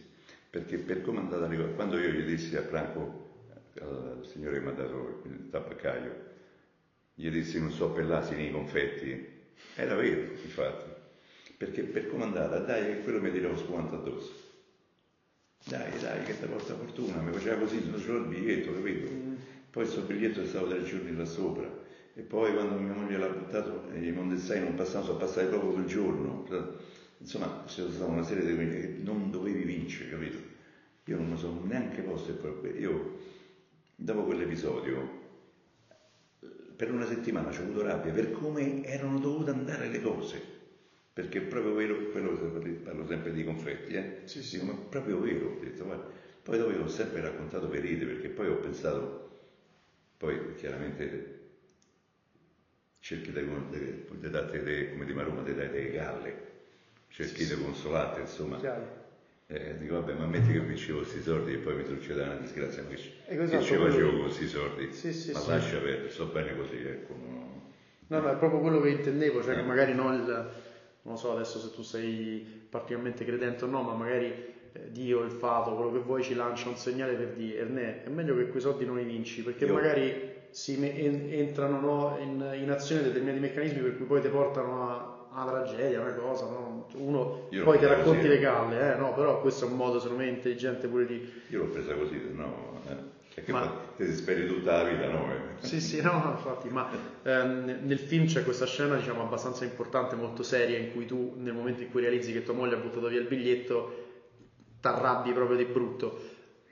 perché per come è andata la cosa, quando io gli dissi a Franco, al signore che mi ha dato il tabaccaio, gli dissi non so pellassi nei confetti, era vero, infatti, perché per come è andata, dai che quello mi tirava spumante addosso, dai dai che ti porta fortuna, mi faceva così, non c'era il biglietto, capito? Mm. Poi sto biglietto è stato tre giorni là sopra, e poi quando mia moglie l'ha buttato, i mondessai non passavano, sono passati proprio quel giorno, insomma c'è stata una serie di cose che non dovevi vincere, capito? Io non mi sono neanche posto, io dopo quell'episodio per una settimana ci ho avuto rabbia per come erano dovute andare le cose, perché è proprio vero, quello che parlo sempre di confetti, eh? Sì, sì. Dico, ma è proprio vero, ho detto, guarda. Poi dopo io ho sempre raccontato per ride, perché poi ho pensato, poi chiaramente cerchi di, di dare, come dico a Roma, di dare delle galle, cerchi sì, di consolate, insomma. Eh, dico vabbè, ma metti che vincevo questi soldi e poi mi succede una disgrazia, ma che, esatto, che ci facevo con questi soldi? Sì, sì, ma sì, lascia perdere, sto bene così, ecco. No, no, no, è proprio quello che intendevo, cioè eh. che magari non il, non lo so adesso se tu sei particolarmente credente o no, ma magari eh, Dio, il fato, quello che vuoi ci lancia un segnale per dire Ernè, è meglio che quei soldi non li vinci, perché Io... magari si me- entrano no, in, in azione determinati meccanismi per cui poi ti portano a una tragedia, una cosa, no? Uno io poi ti racconti così, le galle, eh? No, però questo è un modo secondo me intelligente pure di... Io l'ho presa così, no, eh? Perché ma... te ti speri tutta la vita, no? Eh? Sì, sì, no, no, infatti, ma ehm, nel film c'è questa scena, diciamo, abbastanza importante, molto seria, in cui tu, nel momento in cui realizzi che tua moglie ha buttato via il biglietto, t'arrabbi proprio di brutto.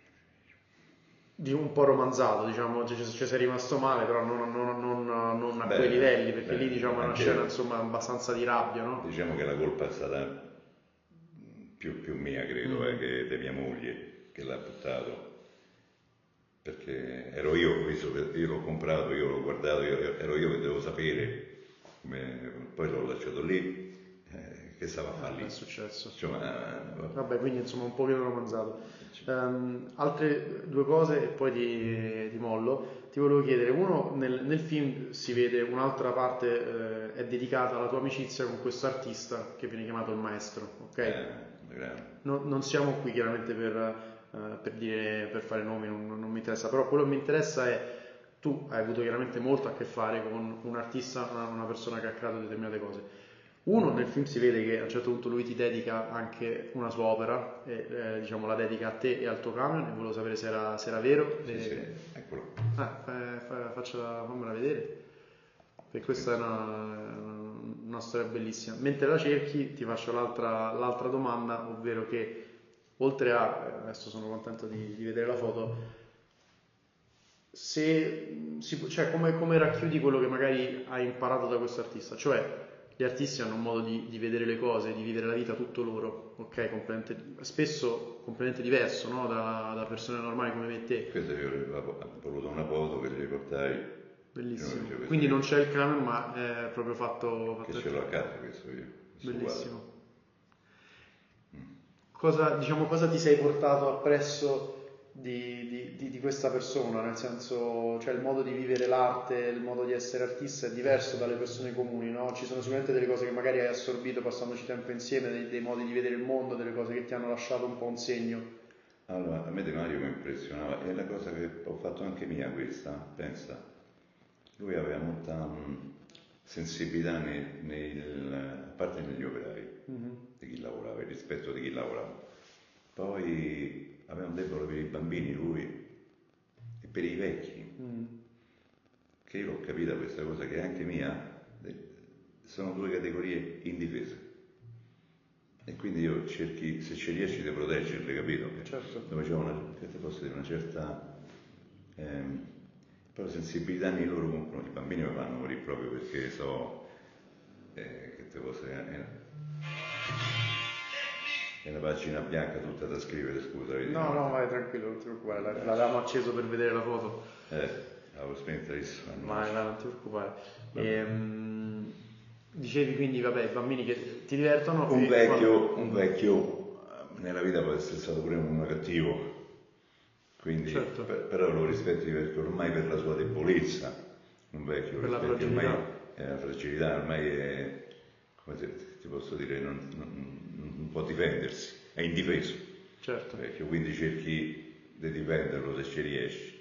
Di un po' romanzato, diciamo, ci, ci sei rimasto male, però non, non, non, non a beh, quei livelli, perché beh, lì diciamo è una scena insomma abbastanza di rabbia, no? Diciamo che la colpa è stata più, più mia, credo, mm. eh, che di mia moglie che l'ha buttato, perché ero io, visto che io l'ho comprato, io l'ho guardato, io, ero io che devo sapere, come, poi l'ho lasciato lì. Eh, che stava a fare lì? È successo. Cioè, ma, vabbè, quindi insomma un pochino romanzato. Um, altre due cose e poi ti, ti mollo. Ti volevo chiedere, uno, nel, nel film si vede un'altra parte, eh, è dedicata alla tua amicizia con questo artista che viene chiamato il maestro, ok? Eh, no, non siamo qui chiaramente per, uh, per, dire, per fare nomi, non, non mi interessa, però quello che mi interessa è tu hai avuto chiaramente molto a che fare con un artista, una, una persona che ha creato determinate cose. Uno, nel film si vede che a un certo punto lui ti dedica anche una sua opera, e, eh, diciamo la dedica a te e al tuo camion, e volevo sapere se era, se era vero. Sì, e... sì, eccolo. Ah, fa, fa, faccia, fammela vedere, perché questa è una, una storia bellissima. Mentre la cerchi ti faccio l'altra, l'altra domanda, ovvero che oltre a, adesso sono contento di, di vedere la foto, se si, cioè come, come racchiudi quello che magari hai imparato da questo artista, cioè gli artisti hanno un modo di, di vedere le cose, di vivere la vita tutto loro, ok? Completamente, spesso completamente diverso, no? da, da persone normali come me e te. Questo io ho voluto una foto che gli portai. Bellissimo. Quindi non c'è il camion, ma è proprio fatto. fatto che ce l'ho a casa questo io. Bellissimo. Cosa, diciamo, cosa ti sei portato appresso di, di, di, di questa persona? Nel senso, cioè il modo di vivere l'arte, il modo di essere artista è diverso dalle persone comuni, no? Ci sono sicuramente delle cose che magari hai assorbito passandoci tempo insieme, dei, dei modi di vedere il mondo, delle cose che ti hanno lasciato un po' un segno. Allora, a me De Mario mi impressionava, è la cosa che ho fatto anche mia questa, pensa. Lui aveva molta um, sensibilità nei, nel, a parte negli operai, mm-hmm. di chi lavorava, il rispetto di chi lavorava. Poi aveva un debole per i bambini lui e per i vecchi, mm. che io l'ho capita questa cosa che è anche mia, sono due categorie indifese. E quindi io cerchi, se ci riesci di proteggerle, capito? Certo. Dove c'è una, che ti posso dire, una certa ehm, però sensibilità nei loro confronti. I bambini mi fanno morire proprio perché so eh, che ti posso dire. Eh, è una pagina bianca tutta da scrivere, scusa. Vedi? No, no, vai tranquillo, non ti preoccupare, la, l'avevamo acceso per vedere la foto. Eh, l'avevo spenta adesso. Vai, vai, non ti preoccupare. Ehm, dicevi quindi, vabbè, i bambini che ti divertono. Un vecchio, quando... un vecchio nella vita può essere stato pure un cattivo, quindi, certo. per, però lo rispetti perché ormai per la sua debolezza, un vecchio per lo rispetti ormai è la fragilità, ormai è, come se, ti posso dire, non, non, non può difendersi, è indifeso. certo. Vecchio, quindi cerchi di difenderlo se ci riesci.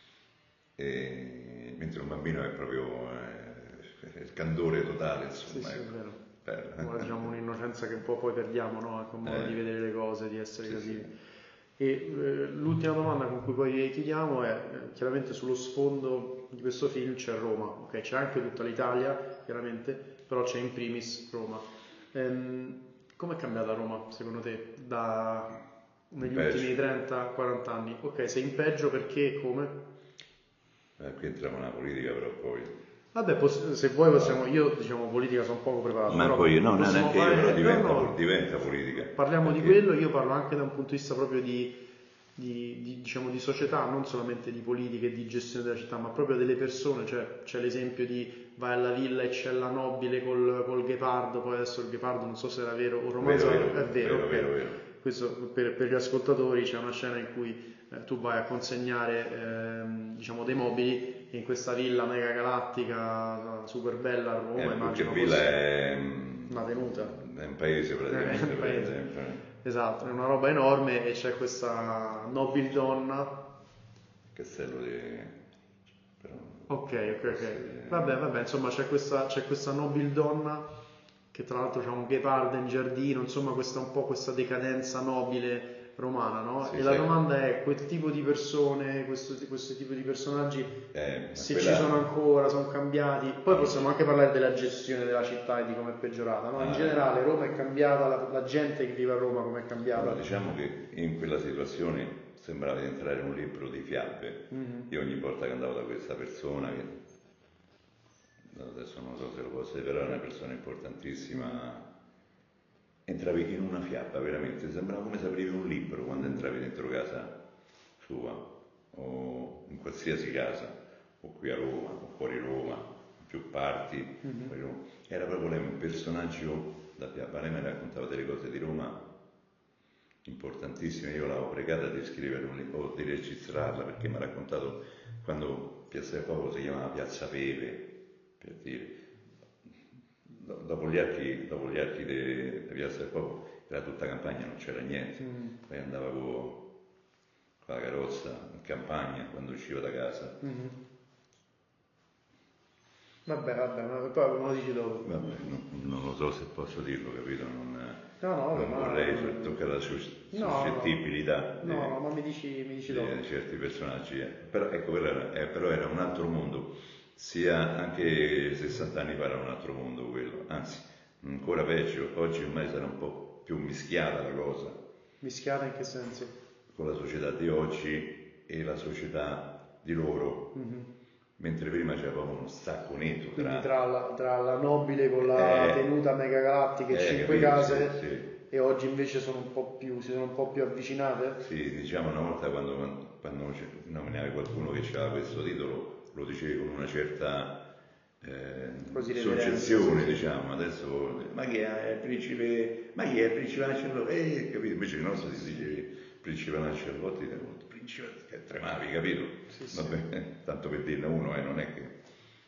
E, mentre un bambino è proprio eh, il candore totale, insomma. Sì, sì, ecco. è vero. Bello. Ora, diciamo, un'innocenza che un po' poi perdiamo, no? Ecco, un modo Eh. di vedere le cose, di essere Sì, creativi. sì. E eh, l'ultima domanda con cui poi chiudiamo è, eh, chiaramente sullo sfondo di questo film c'è Roma, ok? C'è anche tutta l'Italia, chiaramente, però c'è in primis Roma. Ehm, com'è cambiata Roma, secondo te, da, negli Peggio. ultimi trenta quaranta anni? Ok, sei in peggio perché e come? Eh, qui entriamo nella politica però poi. Vabbè, poss- se vuoi possiamo, io diciamo politica sono poco preparato. Manco però io, no, possiamo neanche io, fare- però eh, diventa, no, no. diventa politica. Parliamo Perché- di quello, io parlo anche da un punto di vista proprio di, di, di, diciamo, di società, non solamente di politica e di gestione della città, ma proprio delle persone, cioè c'è l'esempio di vai alla villa e c'è la nobile col, col ghepardo, poi adesso il ghepardo non so se era vero o romanzo, Vero, vero, è vero, vero, ok. vero, vero. Questo per, per gli ascoltatori c'è una scena in cui eh, tu vai a consegnare ehm, diciamo dei mobili in questa villa mega galattica super bella a Roma, Eh, immagino perché Villa fosse è, una tenuta. è un paese praticamente, Eh, un paese. per esempio. Esatto, è una roba enorme e c'è questa nobile donna. Castello di... però... Ok, ok, ok. Sì. Vabbè, vabbè, insomma c'è questa, c'è questa nobile donna che tra l'altro c'ha un ghepardo in giardino, insomma questa un po' questa decadenza nobile romana, no? Sì, e la sì. domanda è, quel tipo di persone, questo, questo tipo di personaggi, Eh, se quella- ci sono ancora, sono cambiati, poi possiamo anche parlare della gestione della città e di come è peggiorata, no? In Ah. generale Roma è cambiata, la, la gente che vive a Roma come è cambiata? Allora, diciamo che in quella situazione sembrava di entrare in un libro di fiabe. Mhm. Io ogni volta che andavo da questa persona, che adesso non so se lo posso dire, però è una persona importantissima, entravi in una fiaba, veramente, sembrava come se aprivi un libro quando entravi dentro casa sua, o in qualsiasi casa, o qui a Roma, o fuori Roma, in più parti, fuori Roma. Era proprio lei un personaggio da fiaba, lei mi raccontava delle cose di Roma importantissime, io l'avevo pregata di scrivere un libro, di registrarla, perché mi ha raccontato quando Piazza del Popolo si chiamava Piazza Pepe, per dire, Do- dopo gli archi, dopo gli archi di Piazza del Popolo era tutta campagna, non c'era niente, Mm. poi andava con la carrozza in campagna quando usciva da casa. Mhm. Vabbè, vabbè, ma poi me lo dici dopo. Vabbè, non, non lo so se posso dirlo, capito? Non, No, no, non ma- vorrei su- toccare la sus- No, suscettibilità No, di, no, ma mi dici, mi dici di dopo. certi personaggi. eh. Però, ecco, quello era, eh, però era un altro mondo, sia anche sessanta anni fa era un altro mondo quello, anzi, ancora peggio, oggi ormai sarà un po' più mischiata la cosa, Mischiata in che senso? con la società di oggi e la società di loro, mentre prima c'era proprio uno stacco netto Quindi tra... tra la, tra la nobile con la Eh, tenuta mega galattica e eh, cinque capito, case sì, sì. e oggi invece sono un po' più, si sono un po' più avvicinate? Sì, diciamo una volta quando, quando nominavi qualcuno che aveva questo titolo lo dicevi con una certa eh, Quasi reverenza, soggezione, sì, sì. diciamo, adesso ma chi è il principe, ma chi è il principe Lancellotti? Eh, capito? Invece il nostro si dice principe Lancellotti, principe che tremavi, capito? Sì, sì. Vabbè, tanto per dirne uno, eh, non è che...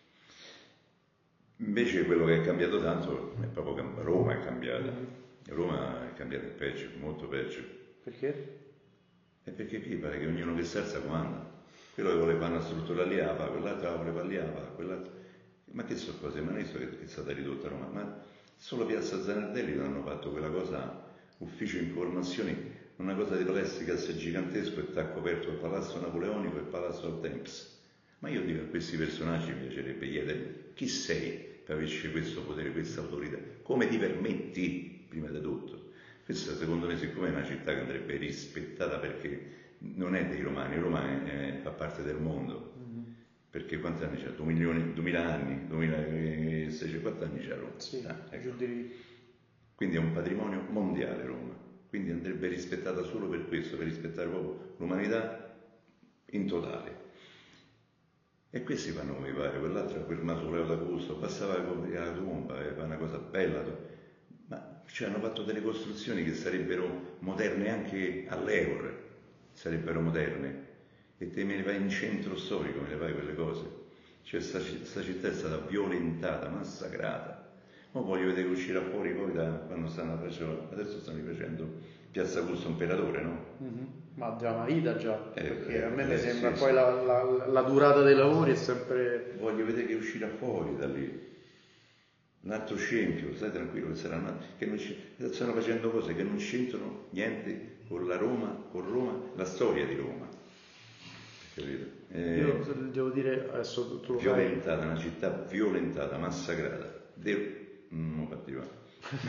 Invece quello che è cambiato tanto è proprio che Roma è cambiata. Roma è cambiata in peggio, molto peggio. Perché? E perché qui pare che ognuno che si alza comanda. Quello che voleva una struttura lì la fa, quell'altro la voleva lì la fa, quell'altro... Ma che sono cose? Ma non è so che, che è stata ridotta Roma, ma solo Piazza Zanardelli non hanno fatto quella cosa, ufficio informazioni, una cosa di plexiglass gigantesco e t'ha coperto il palazzo napoleonico e il palazzo al Temps. Ma io dico a questi personaggi mi piacerebbe chiedere chi sei per averci questo potere, questa autorità, come ti permetti, prima di tutto. Questa secondo me siccome è una città che andrebbe rispettata perché non è dei romani, Roma è, è, fa parte del mondo, mm-hmm. Perché quanti anni c'è? due milioni, duemila anni, duemilaseicento anni c'è Roma. Sì, ah, ecco. giù di lì. Quindi è un patrimonio mondiale Roma, quindi andrebbe rispettata solo per questo, per rispettare proprio l'umanità in totale. E questi fanno come pare, quell'altro quel mausoleo d'Augusto, bastava coprire la tomba e fa una cosa bella, ma cioè, hanno fatto delle costruzioni che sarebbero moderne anche all'euro, sarebbero moderne, e te me ne vai in centro storico, me ne fai quelle cose, cioè questa città è stata violentata, massacrata. Ora voglio vedere che uscirà fuori poi da quando stanno facendo, adesso stanno rifacendo Piazza Augusto Imperatore, no? Mm-hmm. Ma già una vita già, eh, perché eh, a me eh, mi sembra sì, poi sì. La, la, la durata dei lavori è sempre... Voglio vedere che uscirà fuori da lì. Un altro scempio, stai tranquillo che saranno che non ci, stanno facendo cose che non c'entrano niente con la Roma, con Roma, la storia di Roma. Capito? Eh, Io devo dire, adesso tu lo violentata, sai... una città violentata, massacrata. De... non partiva.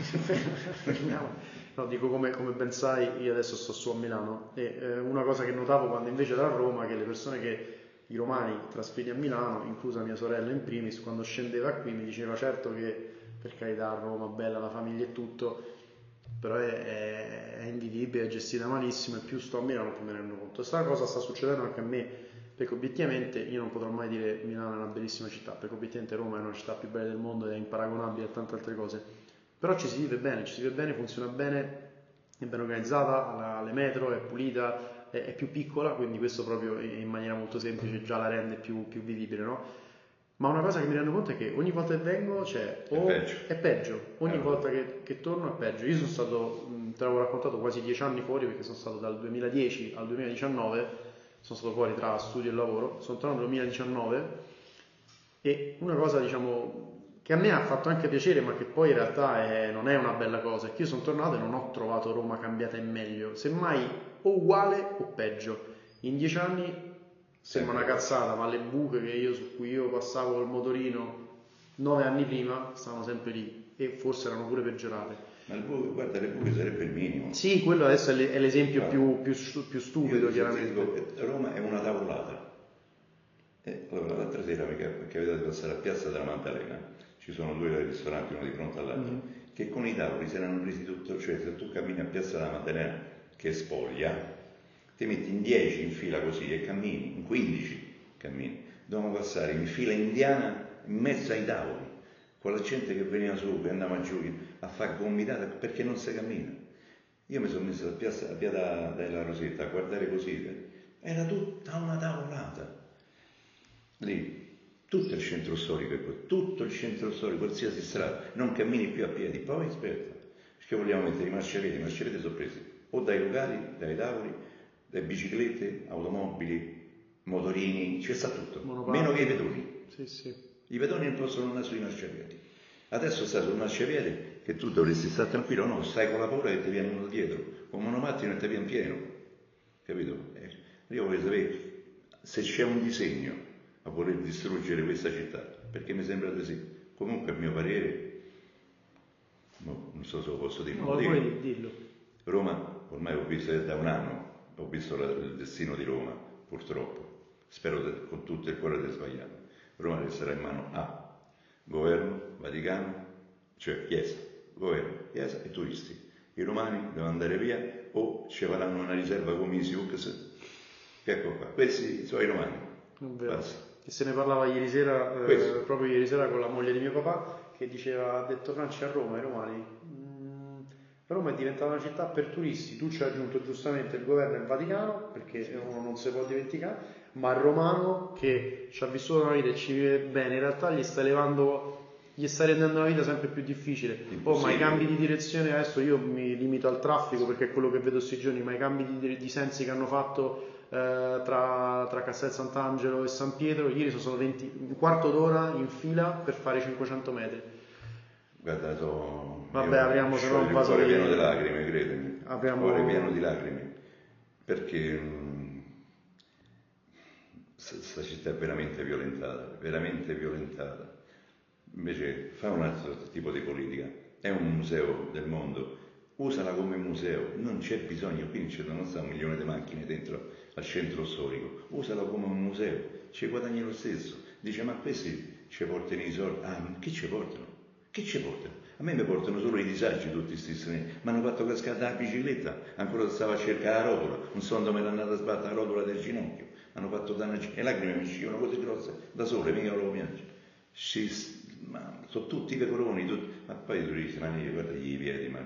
No, dico come, come ben sai, io adesso sto su a Milano e eh, una cosa che notavo quando invece ero a Roma, che le persone che i romani trasferiti a Milano, inclusa mia sorella in primis, quando scendeva qui mi diceva certo che per carità a Roma bella la famiglia e tutto, però è, è, è invivibile, è gestita malissimo e più sto a Milano più me ne rendo conto. Questa cosa sta succedendo anche a me, perché obiettivamente io non potrò mai dire Milano è una bellissima città, perché obiettivamente Roma è una città più bella del mondo ed è imparagonabile a tante altre cose. Però ci si vive bene, ci si vive bene, funziona bene, è ben organizzata, ha le metro, è pulita, è, è più piccola, quindi questo proprio in maniera molto semplice già la rende più, più vivibile, no? Ma una cosa che mi rendo conto è che ogni volta che vengo c'è o è peggio, è peggio. ogni allora. volta che, che torno è peggio. Io sono stato, te l'avevo raccontato, quasi dieci anni fuori, perché sono stato dal duemiladieci al duemiladiciannove, sono stato fuori tra studio e lavoro, sono tornato nel duemiladiciannove e una cosa diciamo... che a me ha fatto anche piacere, ma che poi in realtà è, non è una bella cosa, è che io sono tornato e non ho trovato Roma cambiata in meglio, semmai o uguale o peggio. In dieci anni sembra una cazzata, ma le buche che io, su cui io passavo col motorino nove anni prima stavano sempre lì e forse erano pure peggiorate. Ma il buco, guarda, le buche sarebbe il minimo. Sì, quello adesso è l'esempio più, più, più stupido, io chiaramente. Dico che Roma è una tavolata. E allora l'altra sera mi è capitato di passare a Piazza della Maddalena, ci sono due ristoranti uno di fronte all'altro, mm-hmm. che con i tavoli si erano presi tutto, cioè se tu cammini a Piazza della Maddalena che è spoglia, ti metti in dieci in fila così e cammini, in quindici cammini, dovevamo passare in fila indiana in mezzo ai tavoli, con la gente che veniva su, che andava giù a fare gomitata perché non si cammina. Io mi sono messo a piazza, a via da, della Rosetta a guardare così, era tutta una tavolata. Lì, tutto il centro storico, tutto il centro storico, qualsiasi strada, non cammini più a piedi, poi aspetta, perché vogliamo mettere i marciapiedi, i marciapiedi sono presi o dai locali, dai tavoli, dalle biciclette, automobili, motorini, c'è sta tutto, Monopoli. Meno che i pedoni. Sì, sì. I pedoni non possono andare sui marciapiedi. Adesso stai sul marciapiede che tu dovresti stare tranquillo, no, stai con la paura che ti viene dietro, con un monopattino e ti viene pieno, capito? Eh, io voglio sapere se c'è un disegno a voler distruggere questa città, perché mi sembra così. Comunque a mio parere, no, non so se lo posso dire, no, puoi dirlo. Roma, ormai ho visto da un anno, ho visto la, il destino di Roma, purtroppo, spero de, con tutto il cuore di sbagliare. Roma resterà in mano a governo, Vaticano, cioè Chiesa, governo, Chiesa e turisti. I romani devono andare via o ci faranno una riserva come i Siux, che ecco qua, questi sono i romani. Non vero. E se ne parlava ieri sera, eh, proprio ieri sera con la moglie di mio papà, che diceva, ha detto Franci, a Roma i romani, mm, Roma è diventata una città per turisti, tu ci hai aggiunto giustamente il governo e il Vaticano, perché uno non si può dimenticare, ma il romano che ci ha vissuto una vita e ci vive bene, in realtà gli sta elevando, gli sta rendendo la vita sempre più difficile. Oh, ma i cambi di direzione, adesso io mi limito al traffico perché è quello che vedo questi giorni, ma i cambi di, di sensi che hanno fatto eh, tra, tra Castel Sant'Angelo e San Pietro, ieri sono stato venti, un quarto d'ora in fila per fare cinquecento metri. Guarda, so, vabbè, apriamo se no un vaso il cuore di... pieno di lacrime, credimi, apriamo... il cuore pieno di lacrime, perché questa città è veramente violentata, veramente violentata. Invece fa un altro tipo di politica, è un museo del mondo, usala come museo, non c'è bisogno, qui non c'è non sta un milione di macchine dentro al centro storico, usala come un museo, ci guadagni lo stesso. Dice, ma questi ci portano i soldi, ah, ma chi ci portano? Chi ci portano? A me mi portano solo i disagi tutti questi strani, mi hanno fatto cascare la bicicletta, ancora stavo a cercare la rotola, un sonno me l'ha andata a sbattere la rotola del ginocchio, mi hanno fatto danno, e lacrime mi uscivano così grosse da sole, mica lo piange. Si, ma sono tutti pecoroni, tutti, ma poi tu dici, ma guarda i piedi, ma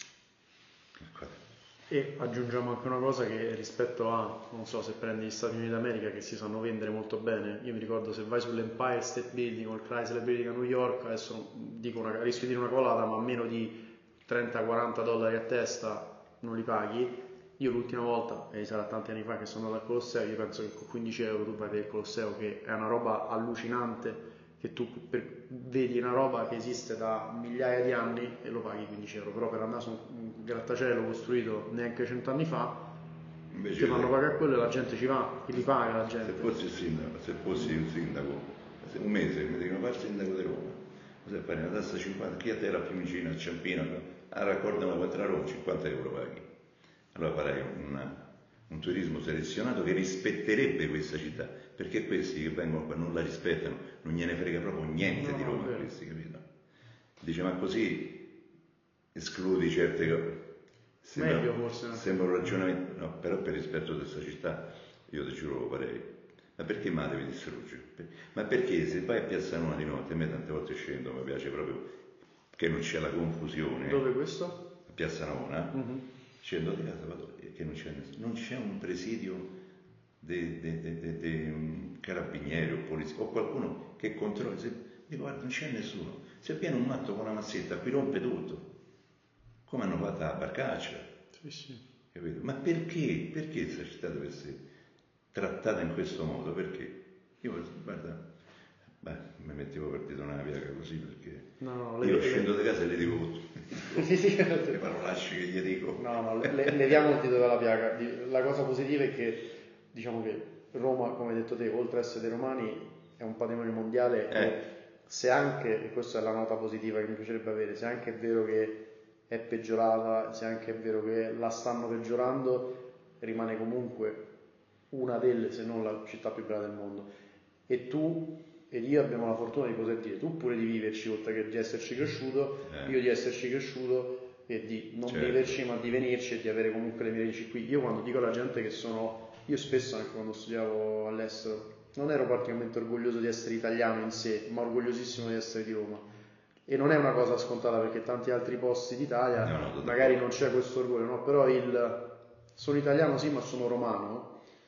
e aggiungiamo anche una cosa che rispetto a, non so, se prendi gli Stati Uniti d'America che si sanno vendere molto bene, io mi ricordo se vai sull'Empire State Building o il Chrysler Building a New York, adesso dico una, rischio di dire una colata, ma a meno di trenta quaranta dollari a testa non li paghi. Io l'ultima volta, e sarà tanti anni fa che sono andato al Colosseo, io penso che con quindici euro tu vai per il Colosseo, che è una roba allucinante, che tu per, vedi una roba che esiste da migliaia di anni e lo paghi quindici euro, però per andare su un grattacielo costruito neanche cent'anni fa invece ti fanno pagare quello e la gente ci va, chi li paga la gente? Se fossi il sindaco, se fossi un sindaco, un mese mi dicono fare il sindaco di Roma, cosa fare una tassa cinquanta, chi a te era più vicino a Ciampino, a raccorda una quattro a Roma, cinquanta euro paghi. Allora farei un, un turismo selezionato che rispetterebbe questa città, perché questi che vengono qua non la rispettano, non gliene frega proprio niente no, di Roma, no, questi, capito? Dice, ma così escludi certe cose. Sembra, meglio forse. Sembra un ragionamento, no, però per rispetto di questa città, io ti giuro lo farei. Ma perché mai devi distruggere? Ma perché se vai a Piazza Nuova di notte, a me tante volte scendo, mi piace proprio che non c'è la confusione. Dove questo? A Piazza Navona. Mm-hmm. Scendo di casa, vado, che non c'è nessuno. Non c'è un presidio dei de, de, de, de, carabinieri o polizia, o qualcuno che controlla. Dico, guarda, non c'è nessuno. Se viene un matto con una mazzetta, qui rompe tutto. Come hanno fatto a Barcaccia. Sì, sì. Capito? Ma perché? Perché questa città deve essere trattata in questo modo? Perché? Io, guarda, beh, mi mettevo partito una piaga così perché no, no, io le, scendo le... di casa e le dico sì, sì. le parolacce che gli dico. No, no, le, le, leviamo il titolo dalla piaga. La cosa positiva è che, diciamo che Roma, come hai detto te, oltre ad essere dei romani, è un patrimonio mondiale. Eh. E se anche, e questa è la nota positiva che mi piacerebbe avere, se anche è vero che è peggiorata, se anche è vero che la stanno peggiorando, rimane comunque una delle, se non la città più bella del mondo. E tu ed io abbiamo la fortuna di poter dire, tu pure di viverci, oltre che di esserci cresciuto, eh. io di esserci cresciuto e di non certo. viverci ma di venirci e di avere comunque le mie radici qui. Io quando dico alla gente che sono, io spesso anche quando studiavo all'estero, non ero particolarmente orgoglioso di essere italiano in sé, ma orgogliosissimo di essere di Roma. E non è una cosa scontata perché tanti altri posti d'Italia no, no, magari non c'è questo orgoglio, no? Però il sono italiano sì ma sono romano.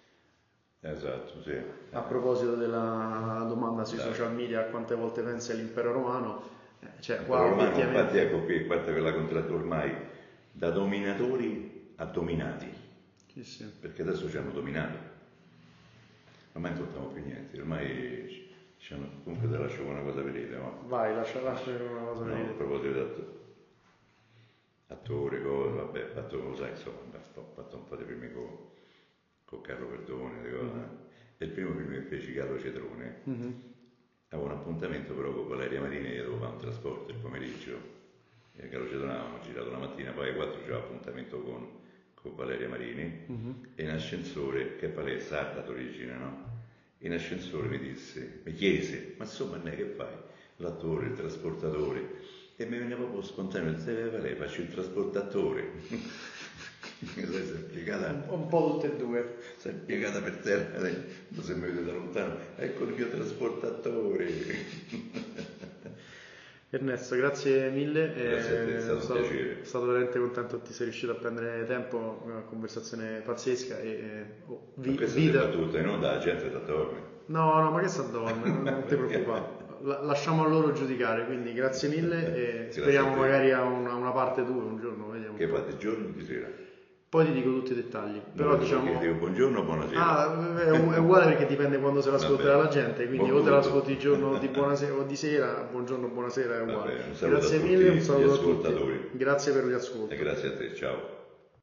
Esatto, sì. A proposito della domanda sui Dai. social media, quante volte pensi all'impero romano? Cioè, qua romano, effettivamente... Infatti ecco qui, guarda che la contratto ormai da dominatori a dominati. Sì, sì. Perché adesso ci hanno dominato. Ormai non tocchiamo più niente, ormai ci hanno... comunque te lascio una cosa vedere, no? Vai, lascia, lascia una cosa vedere. No, a proposito di atto... attore, cosa, vabbè, fatto, lo sai, insomma, ho fatto un po' di primi con, con Carlo Verdone, mm-hmm. E il primo film che feci, Carlo Cetrone, mm-hmm. avevo un appuntamento però con Valeria Marini che dovevo fare un trasporto il pomeriggio. E Carlo Cetrone avevamo girato la mattina, poi alle quattro c'era appuntamento con, con Valeria Marini, mm-hmm. e in ascensore, che poi lei è sarda d'origine, no? In ascensore mi disse, mi chiese, ma insomma lei che fai? L'attore, il trasportatore. E mi veniva proprio spontaneo, disse, lei faccio il trasportatore. Si è piegata, un po' tutte e due. Si è piegata per terra, se mi vedete da lontano, ecco il mio trasportatore. Ernesto, grazie mille. Grazie a te, è stato, stato un piacere. Sono stato veramente contento che ti sei riuscito a prendere tempo, una conversazione pazzesca. E, oh, vi, ma queste vita... battute, no? Da gente da dorme. No, no, ma che sta dorme, non, non ti preoccupare. Lasciamo a loro giudicare, quindi grazie mille e grazie speriamo magari a una, una parte due un giorno, vediamo. Che fate giorno o di sera? Poi ti dico tutti i dettagli, però no, diciamo... Ti dico buongiorno o buonasera? Ah, è, è uguale perché dipende quando se l'ascolterà la gente, quindi o te l'ascolti il giorno di buonasera o di sera, buongiorno o buonasera è uguale. Vabbè, grazie mille, un saluto a tutti. Ascoltatori. Grazie per gli ascolti. E grazie a te, ciao.